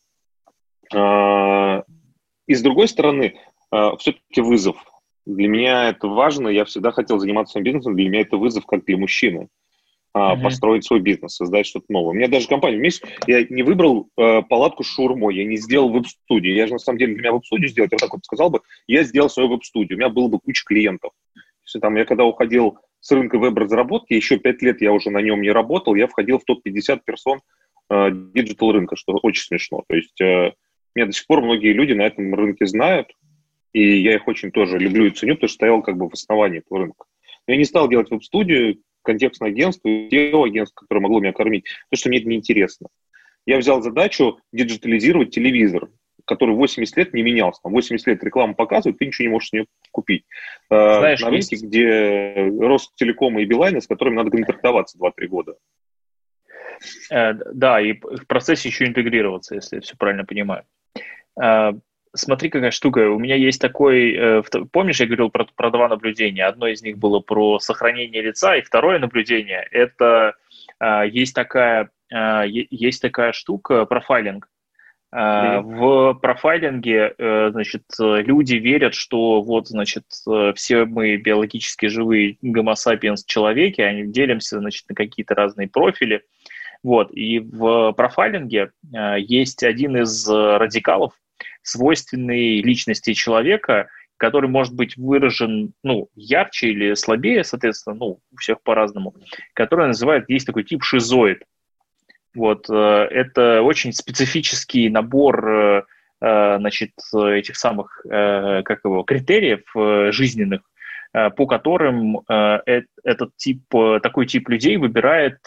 А, и с другой стороны, а, все-таки вызов. Для меня это важно. Я всегда хотел заниматься своим бизнесом. Для меня это вызов как для мужчины. а, Мгм. построить свой бизнес, создать что-то новое. У меня даже компания, вместе, я не выбрал э, палатку с шаурмой, я не сделал веб-студию. Я же, на самом деле, для меня веб-студию сделать, я вот так вот сказал бы, я сделал свою веб-студию, у меня было бы куча клиентов. Если там, я когда уходил с рынка веб-разработки, еще пять лет я уже на нем не работал, я входил в топ пятьдесят персон э, диджитал рынка, что очень смешно. То есть э, меня до сих пор многие люди на этом рынке знают, и я их очень тоже люблю и ценю, потому что стоял как бы в основании этого рынка. Но я не стал делать веб-студию, контекстное агентство, сео-агентство, которое могло меня кормить, потому что мне это неинтересно. Я взял задачу диджитализировать телевизор, который восемьдесят лет не менялся. Там восемьдесят лет рекламу показывают, ты ничего не можешь с нее купить. Э, Знаешь, на рынке, есть, где Ростелеком и Билайн, с которыми надо контрактоваться два-три года. э, да, и в процессе еще интегрироваться, если я все правильно понимаю. Э, Смотри, какая штука. У меня есть такой... э, вто- Помнишь, я говорил про, про два наблюдения? Одно из них было про сохранение лица, и второе наблюдение – это э, есть такая, э, е- есть такая штука, профайлинг. Э, Мгм. В профайлинге, э, значит, э, люди верят, что вот, значит, э, все мы биологически живые гомо сапиенс человеки, они делимся, значит, на какие-то разные профили. Вот, и в профайлинге э, есть один из э, радикалов, свойственный личности человека, который может быть выражен, ну, ярче или слабее, соответственно, ну, у всех по-разному, который называют, есть такой тип шизоид. Вот, э, это очень специфический набор, э, э, значит, этих самых, э, как его, критериев э, жизненных, э, по которым э, э- этот тип, э, такой тип людей выбирает,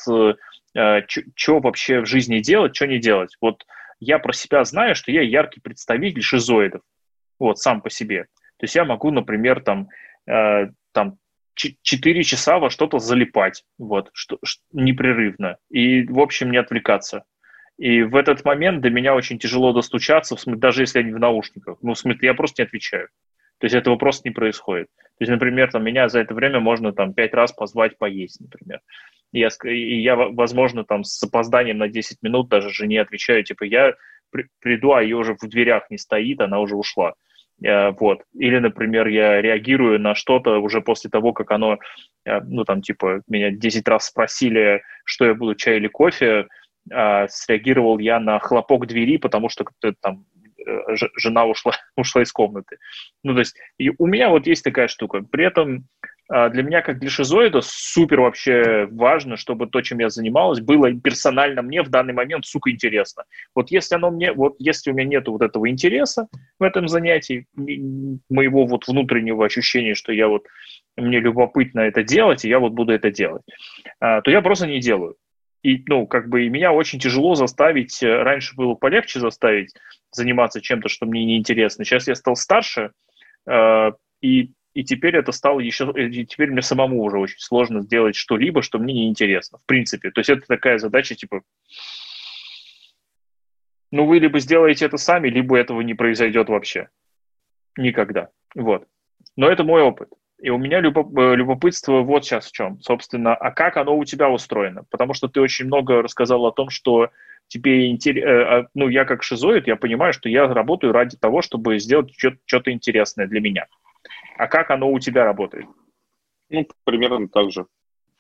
что вообще в жизни делать, что не делать. Вот я про себя знаю, что я яркий представитель шизоидов, вот, сам по себе. То есть я могу, например, там, э, там четыре часа во что-то залипать, вот, что, ш- непрерывно, и, в общем, не отвлекаться. И в этот момент до меня очень тяжело достучаться, в смысле, даже если они в наушниках. Ну, в смысле, я просто не отвечаю. То есть этого просто не происходит. То есть, например, там, меня за это время можно там пять раз позвать поесть, например. И я, ск- и я, возможно, там с опозданием на десять минут даже жене отвечаю, типа, я при- приду, а ее уже в дверях не стоит, она уже ушла. Э, Вот. Или, например, я реагирую на что-то уже после того, как оно, э, ну, там, типа, меня десять раз спросили, что я буду, чай или кофе, а, среагировал я на хлопок двери, потому что как-то там э, ж- жена ушла, ушла из комнаты. Ну, то есть и у меня вот есть такая штука. При этом а, для меня, как для шизоида, супер вообще важно, чтобы то, чем я занималась, было персонально мне в данный момент, сука, интересно. Вот если оно мне, вот если у меня нету вот этого интереса в этом занятии, м, моего вот внутреннего ощущения, что я вот, мне любопытно это делать, и я вот буду это делать, а, то я просто не делаю. И, ну, как бы, и меня очень тяжело заставить, э, раньше было полегче заставить заниматься чем-то, что мне неинтересно. Сейчас я стал старше, э, и, и теперь это стало еще, и теперь мне самому уже очень сложно сделать что-либо, что мне неинтересно, в принципе. То есть это такая задача, типа, ну, вы либо сделаете это сами, либо этого не произойдет вообще. Никогда. Вот. Но это мой опыт. И у меня любо- любопытство вот сейчас в чем. Собственно, а как оно у тебя устроено? Потому что ты очень много рассказал о том, что тебе интересно... Ну, я как шизоид, я понимаю, что я работаю ради того, чтобы сделать что-то интересное для меня. А как оно у тебя работает? Ну, примерно так же.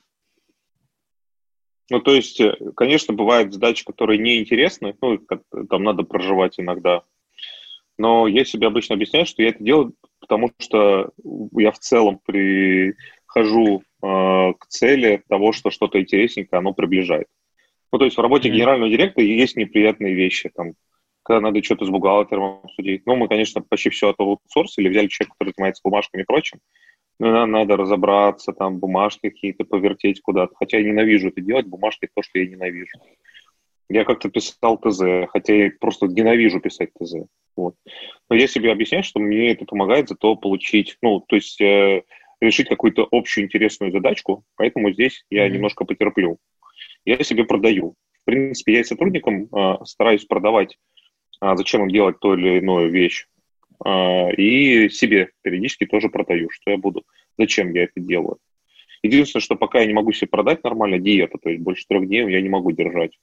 Ну, то есть, э, конечно, бывают задачи, которые неинтересны, ну, как- там надо проживать иногда. Но я себе обычно объясняю, что я это делаю, потому что я в целом прихожу э, к цели того, что что-то интересненькое, оно приближает. Ну, то есть в работе Мгм. генерального директора есть неприятные вещи, там, когда надо что-то с бухгалтером обсудить. Ну, мы, конечно, почти все это аутсорсили, взяли человека, который занимается бумажками и прочим. Ну, нам надо разобраться, там, бумажки какие-то повертеть куда-то. Хотя я ненавижу это делать, бумажки — то, что я ненавижу. Я как-то писал ТЗ, хотя я просто ненавижу писать ТЗ. Вот. Но я себе объясняю, что мне это помогает зато получить, ну, то есть э, решить какую-то общую интересную задачку, поэтому здесь я Мгм. немножко потерплю. Я себе продаю. В принципе, я и сотрудникам э, стараюсь продавать, а, зачем им делать ту или иную вещь, а, и себе периодически тоже продаю, что я буду, зачем я это делаю. Единственное, что пока я не могу себе продать нормально, диета, то есть больше трех дней я не могу держать.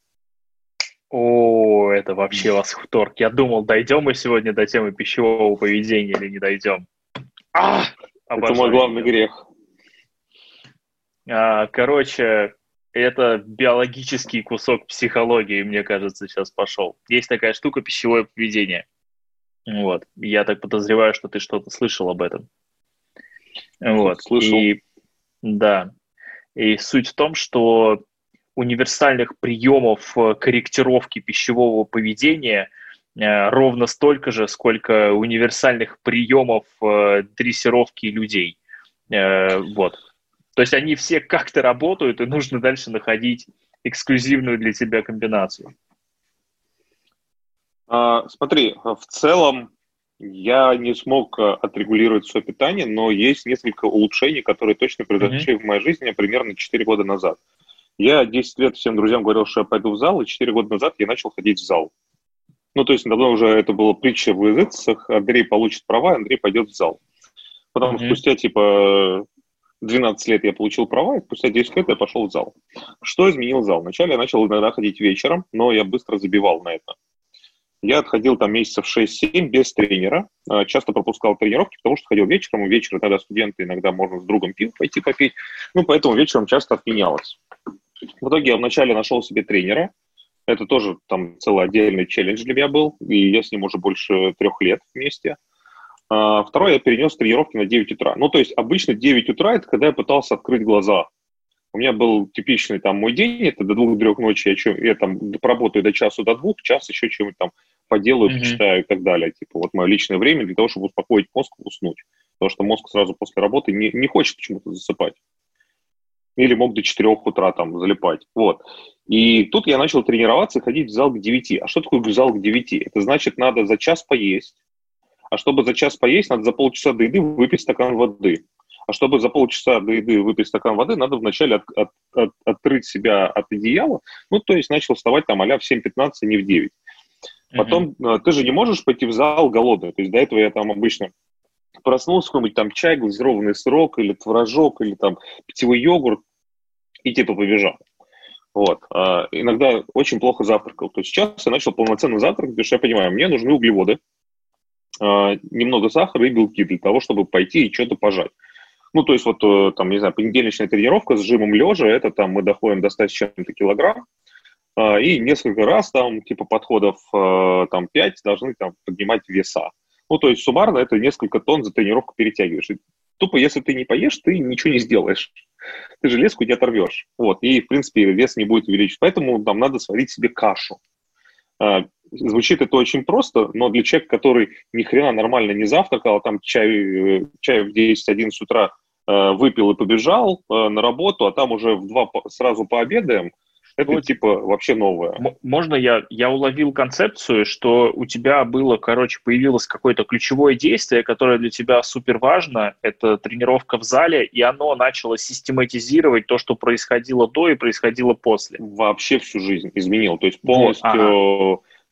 О, это вообще восторг. Я думал, дойдем мы сегодня до темы пищевого поведения или не дойдем. А! Это мой Обожаю главный ее. грех. А, короче, это биологический кусок психологии, мне кажется, сейчас пошел. Есть такая штука — пищевое поведение. Вот. Я так подозреваю, что ты что-то слышал об этом. Что-то Вот. слышал. И да. И суть в том, что универсальных приемов э, корректировки пищевого поведения э, ровно столько же, сколько универсальных приемов э, дрессировки людей. Э, вот. То есть они все как-то работают, и нужно дальше находить эксклюзивную для тебя комбинацию. А, смотри, в целом я не смог а, отрегулировать свое питание, но есть несколько улучшений, которые точно Мгм. произошли в моей жизни примерно четыре года назад. Я десять лет всем друзьям говорил, что я пойду в зал, и четыре года назад я начал ходить в зал. Ну, то есть давно уже это было притча в языцах: Андрей получит права, Андрей пойдет в зал. Потом Мгм. спустя типа двенадцать лет я получил права, и спустя десять лет я пошел в зал. Что изменил зал? Вначале я начал иногда ходить вечером, но я быстро забивал на это. Я отходил там месяцев шесть-семь без тренера, а, часто пропускал тренировки, потому что ходил вечером, и вечером тогда студенты, иногда можно с другом пиво пойти попить, ну, поэтому вечером часто отменялось. В итоге я вначале нашел себе тренера, это тоже там целый отдельный челлендж для меня был, и я с ним уже больше трех лет вместе. А, второе, я перенес тренировки на девять утра. Ну, то есть обычно девять утра — это когда я пытался открыть глаза. У меня был типичный там мой день, это до двух-трех ночи я, чё, я там поработаю до часу, до двух, час еще что-нибудь там поделаю, Мгм. почитаю и так далее. Типа вот мое личное время для того, чтобы успокоить мозг, уснуть. Потому что мозг сразу после работы не, не хочет почему-то засыпать. Или мог до четырех утра там залипать. Вот. И тут я начал тренироваться и ходить в зал к девяти. А что такое зал к девяти? Это значит, надо за час поесть. А чтобы за час поесть, надо за полчаса до еды выпить стакан воды. А чтобы за полчаса до еды выпить стакан воды, надо вначале от, от, от, отрыть себя от одеяла. Ну, то есть начал вставать там а-ля в семь пятнадцать, а не в девять. Мгм. Потом э, ты же не можешь пойти в зал голодный. То есть до этого я там обычно проснулся, какой-нибудь там чай, глазированный сырок, или творожок, или там питьевой йогурт, и типа побежал. Вот. А, иногда очень плохо завтракал. То есть сейчас я начал полноценный завтрак, потому что я понимаю, мне нужны углеводы, а, немного сахара и белки для того, чтобы пойти и что-то пожать. Ну, то есть вот э, там, не знаю, понедельничная тренировка с жимом лежа, это там мы доходим до ста с чем-то килограмм, а, и несколько раз там, типа, подходов э, там пять должны там поднимать веса. Ну, то есть суммарно это несколько тонн за тренировку перетягиваешь. И тупо, если ты не поешь, ты ничего не сделаешь. Ты железку не оторвешь. Вот, и, в принципе, вес не будет увеличиваться. Поэтому там надо сварить себе кашу. А, Звучит это очень просто, но для человека, который ни хрена нормально не завтракал, а там чай, э, чай в десять-одиннадцать утра э, выпил и побежал э, на работу, а там уже в два по- сразу пообедаем, это Вот. типа вообще новое. М- Можно я, я уловил концепцию, что у тебя было, короче, появилось какое-то ключевое действие, которое для тебя супер важно, это тренировка в зале, и оно начало систематизировать то, что происходило до и происходило после. Вообще всю жизнь изменил. То есть Вот, ага. полностью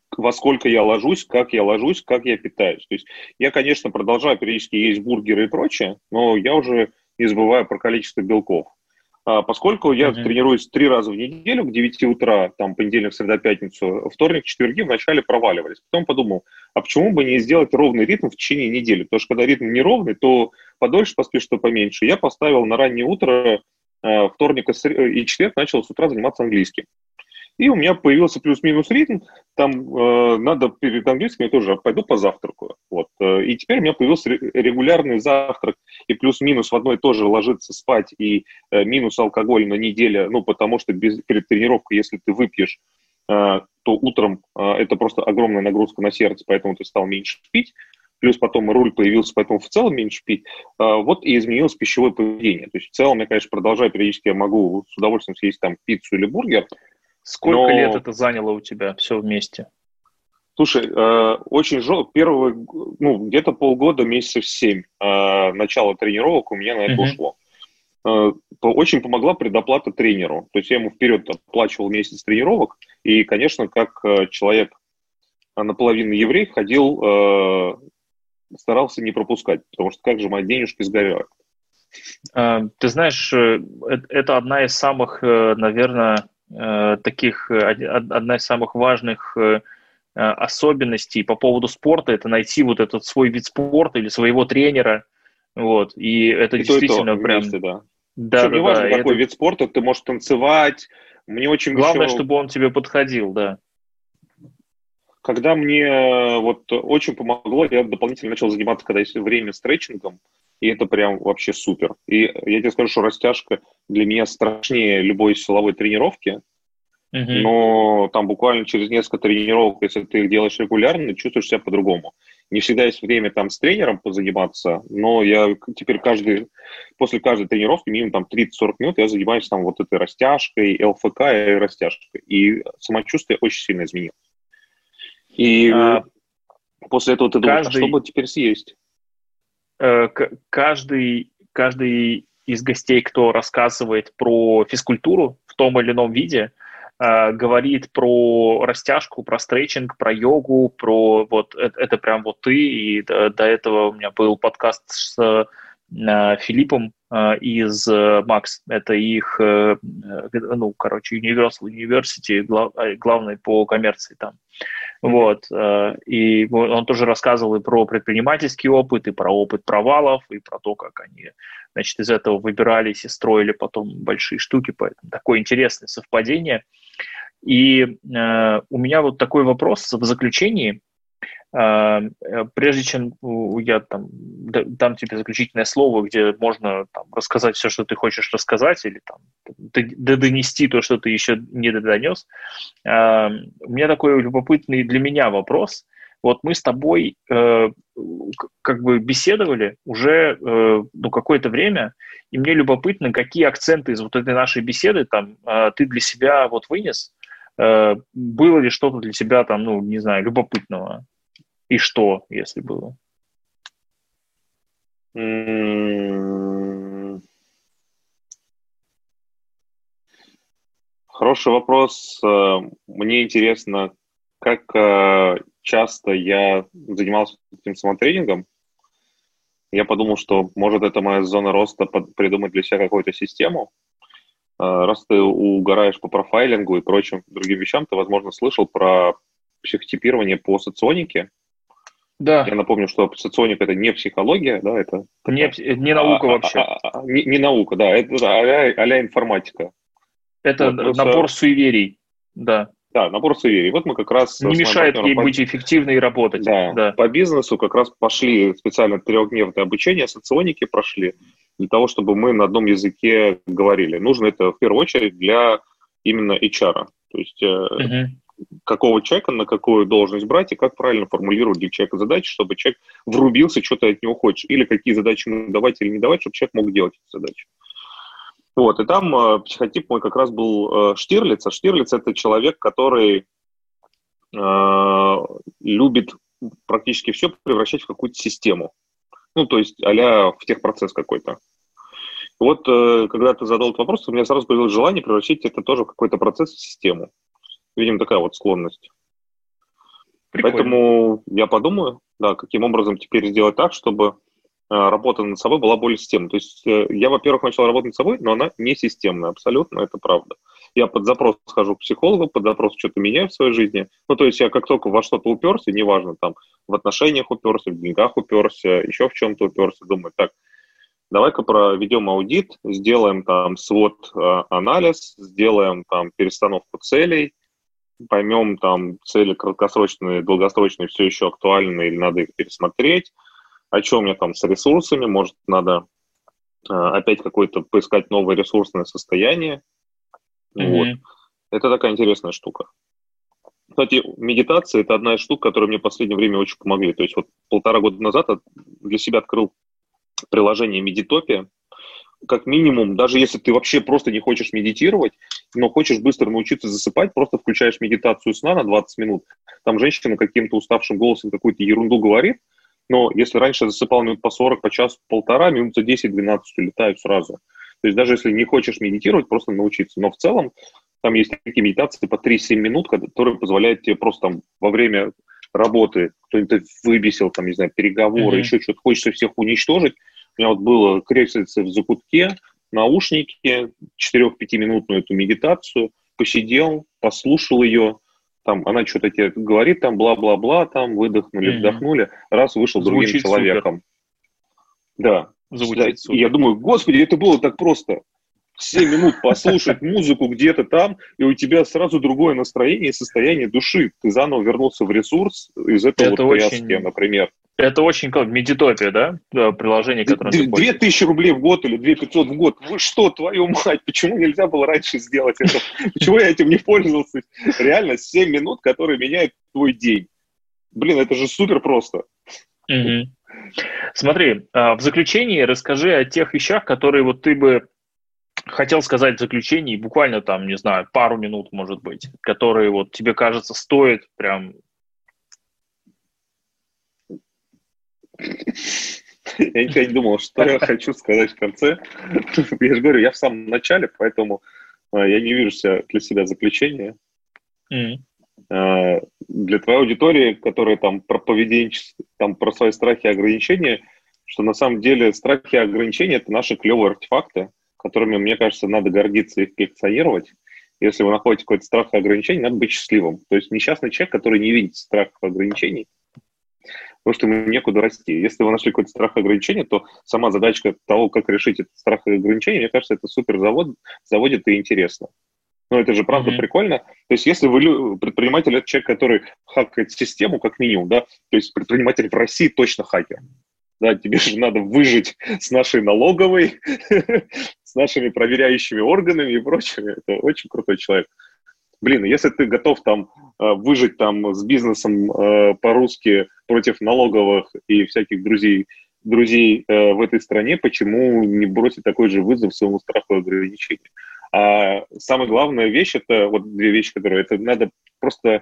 во сколько я ложусь, как я ложусь, как я питаюсь. То есть я, конечно, продолжаю периодически есть бургеры и прочее, но я уже не забываю про количество белков. А поскольку я Мгм. тренируюсь три раза в неделю к девяти утра, там понедельник, среда, пятницу, вторник, четверги вначале проваливались. Потом подумал, а почему бы не сделать ровный ритм в течение недели? Потому что когда ритм неровный, то подольше поспишь, что поменьше. Я поставил на раннее утро, э, вторник и сре- и четверг начал с утра заниматься английским. И у меня появился плюс-минус ритм, там э, надо перед английским, я тоже пойду позавтракаю. Вот. э, И теперь у меня появился ре- регулярный завтрак, и плюс-минус в одно и то же ложиться спать, и э, минус алкоголь на неделе, ну, потому что без, перед тренировкой, если ты выпьешь, э, то утром э, это просто огромная нагрузка на сердце, поэтому ты стал меньше пить, плюс потом руль появился, поэтому в целом меньше пить. Э, вот и изменилось пищевое поведение. То есть в целом я, конечно, продолжаю, периодически я могу с удовольствием съесть там пиццу или бургер, Сколько лет но это заняло у тебя все вместе? слушай, э, очень жестко. Первые, ну, где-то полгода, месяцев семь э, начала тренировок у меня на это Мгм. ушло. Э, по- очень помогла предоплата тренеру. То есть я ему вперед оплачивал месяц тренировок. И, конечно, как э, человек э, наполовину еврей, ходил, э, старался не пропускать, потому что как же мои денежки сгорят. А, Ты знаешь, э, э- это одна из самых, наверное, таких, э, од- од- одна из самых важных э, э, особенностей по поводу спорта, это найти вот этот свой вид спорта или своего тренера, вот, и это И то, и то действительно прям, вместе, да. Причем неважно, да-да-да, и какой это вид спорта, ты можешь танцевать. Мне очень главное, еще чтобы он тебе подходил, да. Когда мне э, вот очень помогло, я дополнительно начал заниматься, когда есть время, стретчингом, и это прям вообще супер. И я тебе скажу, что растяжка для меня страшнее любой силовой тренировки, Мгм. но там буквально через несколько тренировок, если ты их делаешь регулярно, чувствуешь себя по-другому. Не всегда есть время там с тренером позаниматься, но я теперь каждый, после каждой тренировки, минимум там тридцать-сорок минут, я занимаюсь там вот этой растяжкой, ЛФК и растяжкой. И самочувствие очень сильно изменилось. И А, после этого ты думаешь, а что каждый, бы теперь съесть? э, к- каждый, каждый из гостей, кто рассказывает про физкультуру в том или ином виде, э, говорит про растяжку, про стретчинг, про йогу, про вот это, это прям вот ты. И до, до этого у меня был подкаст с э, Филиппом э, из э, Макс. Это их, э, э, ну, короче, Universal University, глав, э, главный по коммерции там. Мгм. Вот. э, И он тоже рассказывал и про предпринимательский опыт, и про опыт провалов, и про то, как они, значит, из этого выбирались и строили потом большие штуки. Поэтому такое интересное совпадение. И э, у меня вот такой вопрос в заключении. Э, э, Прежде чем у- я там д- дам тебе заключительное слово, где можно там, рассказать все, что ты хочешь рассказать, или там д- д- донести то, что ты еще не донес, а, у меня такой любопытный для меня вопрос. Вот мы с тобой э, как бы беседовали уже э, ну, какое-то время, и мне любопытно, какие акценты из вот этой нашей беседы там э, ты для себя вот вынес. Э, было ли что-то для тебя там, ну, не знаю, любопытного? И что, если было? М, Хороший вопрос. Э, Мне интересно, как э, часто я занимался этим самотренингом. Я подумал, что может это моя зона роста под- придумать для себя какую-то систему. Э, Раз ты угораешь по профайлингу и прочим другим вещам, ты, возможно, слышал про психотипирование по соционике. Я Да, напомню, что соционика – это не психология, да, это не, такая не а, наука а, вообще. а, а, не, не наука, да, это а-ля, а-ля информатика. Это Вот, мы набор со- суеверий. Да. да, набор суеверий. Вот мы как раз Не с моим мешает партнером ей по, быть эффективной и работать. да, Да. по бизнесу как раз пошли специально трехдневное обучение, соционики прошли, для того, чтобы мы на одном языке говорили. Нужно это в первую очередь для именно эйч ар. То есть э, Мгм. какого человека на какую должность брать и как правильно формулировать для человека задачи, чтобы человек врубился, что ты от него хочешь, или какие задачи ему давать или не давать, чтобы человек мог делать эти задачи. Вот, и там э, психотип мой как раз был э, Штирлиц, а Штирлиц – это человек, который э, любит практически все превращать в какую-то систему. Ну, то есть а-ля в техпроцесс какой-то. Вот, э, когда ты задал этот вопрос, у меня сразу появилось желание превращать это тоже в какой-то процесс, в систему. Видимо, такая вот склонность. Прикольно. Поэтому я подумаю, да, каким образом теперь сделать так, чтобы а, работа над собой была более системной. То есть э, я, во-первых, начал работать над собой, но она не системная, абсолютно, это правда. Я под запрос схожу к психологу, под запрос что-то меняю в своей жизни. Ну, то есть я как только во что-то уперся, неважно, там, в отношениях уперся, в деньгах уперся, еще в чем-то уперся, думаю, так, давай-ка проведем аудит, сделаем там свод-анализ, сделаем там перестановку целей, поймем, там, цели краткосрочные, долгосрочные все еще актуальны или надо их пересмотреть, о чем у меня там с ресурсами, может, надо э, опять какое-то поискать новое ресурсное состояние. Mm-hmm. Вот. Это такая интересная штука. Кстати, медитация – это одна из штук, которые мне в последнее время очень помогли. То есть вот полтора года назад для себя открыл приложение Медитопия. Как минимум, даже если ты вообще просто не хочешь медитировать, но хочешь быстро научиться засыпать, просто включаешь медитацию сна на двадцать минут. Там женщина каким-то уставшим голосом какую-то ерунду говорит, но если раньше засыпал минут по сорок, по час, полтора, минут за десять-двенадцать улетают сразу. То есть даже если не хочешь медитировать, просто научиться. Но в целом там есть такие медитации по три-семь минут, которые позволяют тебе просто там во время работы кто-нибудь выбесил, там, не знаю, переговоры, mm-hmm. еще что-то, хочется всех уничтожить. У меня вот было креслице в закутке, наушники, четыре-пятиминутную эту медитацию, посидел, послушал ее, там она что-то тебе говорит, там бла-бла-бла, там выдохнули, mm-hmm. вдохнули, раз вышел другим Звучит человеком. Супер. Да. Звучит супер. И я думаю, господи, это было так просто. семь минут послушать музыку где-то там, и у тебя сразу другое настроение и состояние души. Ты заново вернулся в ресурс из этого это вот очень... тряски, например. Это очень как Медитопия, да? Приложение, которое ты пользуешься. две тысячи рублей в год или две тысячи пятьсот в год. Вы что, твою мать, почему нельзя было раньше сделать это? Почему я этим не пользовался? Реально, семь минут, которые меняют твой день. Блин, это же супер просто. Угу. Смотри, в заключении расскажи о тех вещах, которые вот ты бы хотел сказать в заключении, буквально там, не знаю, пару минут, может быть, которые вот тебе кажется стоит прям... Я никогда не думал, что я хочу сказать в конце. Я же говорю, я в самом начале, поэтому я не вижу для себя заключения. Mm. Для твоей аудитории, которая там про поведенчество, там про свои страхи и ограничения, что на самом деле страхи и ограничения – это наши клевые артефакты, которыми, мне кажется, надо гордиться и их коллекционировать. Если вы находите какой-то страх и ограничение, надо быть счастливым. То есть несчастный человек, который не видит страхов и ограничений, потому что ему некуда расти. Если вы нашли какой-то страх и ограничение, то сама задачка того, как решить этот страх и ограничение, мне кажется, это супер завод, заводит и интересно. Ну, это же правда mm-hmm. прикольно. То есть если вы предприниматель, это человек, который хакает систему, как минимум, да, то есть предприниматель в России точно хакер. Да, тебе же надо выжить с нашей налоговой, с нашими проверяющими органами и прочим. Это очень крутой человек. Блин, если ты готов там выжить там с бизнесом по-русски против налоговых и всяких друзей, друзей в этой стране, почему не бросить такой же вызов своему страху и ограничению? А самая главная вещь, это вот две вещи, которые, это надо просто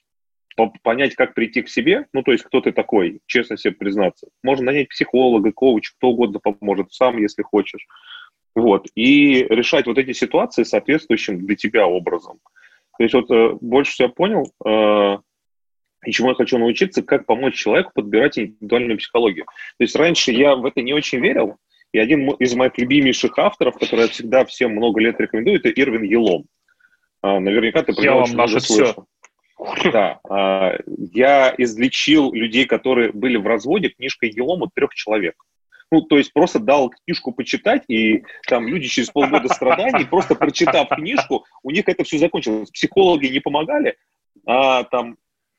понять, как прийти к себе, ну, то есть, кто ты такой, честно себе признаться. Можно нанять психолога, коуча, кто угодно поможет, сам, если хочешь. Вот, и решать вот эти ситуации соответствующим для тебя образом. То есть, вот больше всего понял, э, и чему я хочу научиться, как помочь человеку подбирать индивидуальную психологию. То есть, раньше я в это не очень верил, и один из моих любимейших авторов, который я всегда всем много лет рекомендую, это Ирвин Елом. А, наверняка ты про него очень много слышал. Да, а, я излечил людей, которые были в разводе, книжкой Елома трех человек. Ну, то есть просто дал книжку почитать, и там люди через полгода страданий, просто прочитав книжку, у них это все закончилось. Психологи не помогали, а там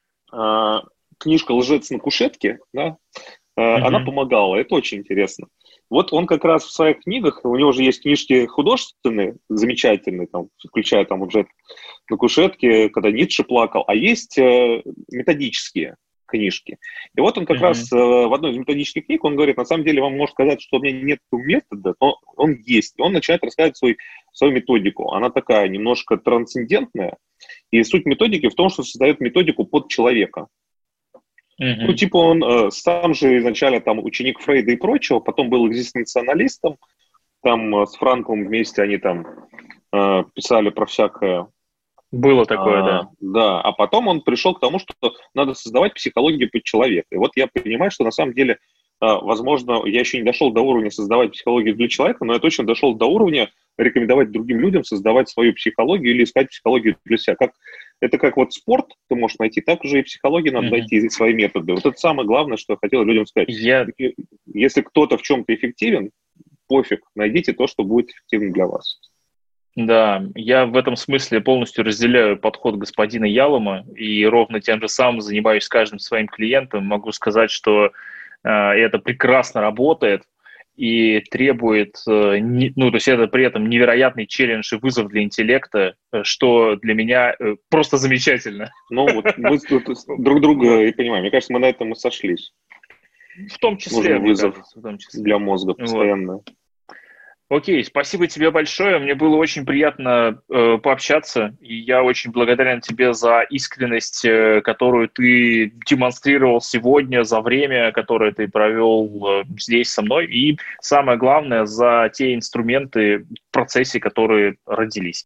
а, книжка «Лжец на кушетке», да, а, mm-hmm. она помогала, это очень интересно. Вот он как раз в своих книгах, у него же есть книжки художественные, замечательные, там, включая там «Лжец на кушетке», когда Ницше плакал, а есть э, методические книжки. И вот он как mm-hmm. раз э, в одной из методических книг, он говорит, на самом деле вам может казаться, что у меня нет метода, но он есть. И он начинает рассказывать свой, свою методику. Она такая немножко трансцендентная. И суть методики в том, что создает методику под человека. Mm-hmm. Ну, типа он э, сам же изначально там ученик Фрейда и прочего, потом был экзистенциалистом, там э, с Франклом вместе они там э, писали про всякое Было такое, А, да. да, а потом он пришел к тому, что надо создавать психологию под человека. И вот я понимаю, что на самом деле, а, возможно, я еще не дошел до уровня создавать психологию для человека, но я точно дошел до уровня рекомендовать другим людям создавать свою психологию или искать психологию для себя. Как, это как вот спорт ты можешь найти, так уже и психологии надо Мгм. найти свои методы. Вот это самое главное, что я хотел людям сказать. Я И Если кто-то в чем-то эффективен, пофиг, найдите то, что будет эффективным для вас. Да, я в этом смысле полностью разделяю подход господина Ялома и ровно тем же самым занимаюсь с каждым своим клиентом. Могу сказать, что э, это прекрасно работает и требует, э, не- ну, то есть это при этом невероятный челлендж и вызов для интеллекта, э, что для меня э, просто замечательно. Ну, вот мы тут друг Вот. друга и понимаем. Мне кажется, мы на этом и сошлись. В том числе, Нужен мне вызов кажется, в том числе. для мозга Вот. постоянно. Окей, спасибо тебе большое. Мне было очень приятно э, пообщаться, и я очень благодарен тебе за искренность, э, которую ты демонстрировал сегодня, за время, которое ты провел э, здесь со мной, и самое главное, за те инструменты в процессе, которые родились.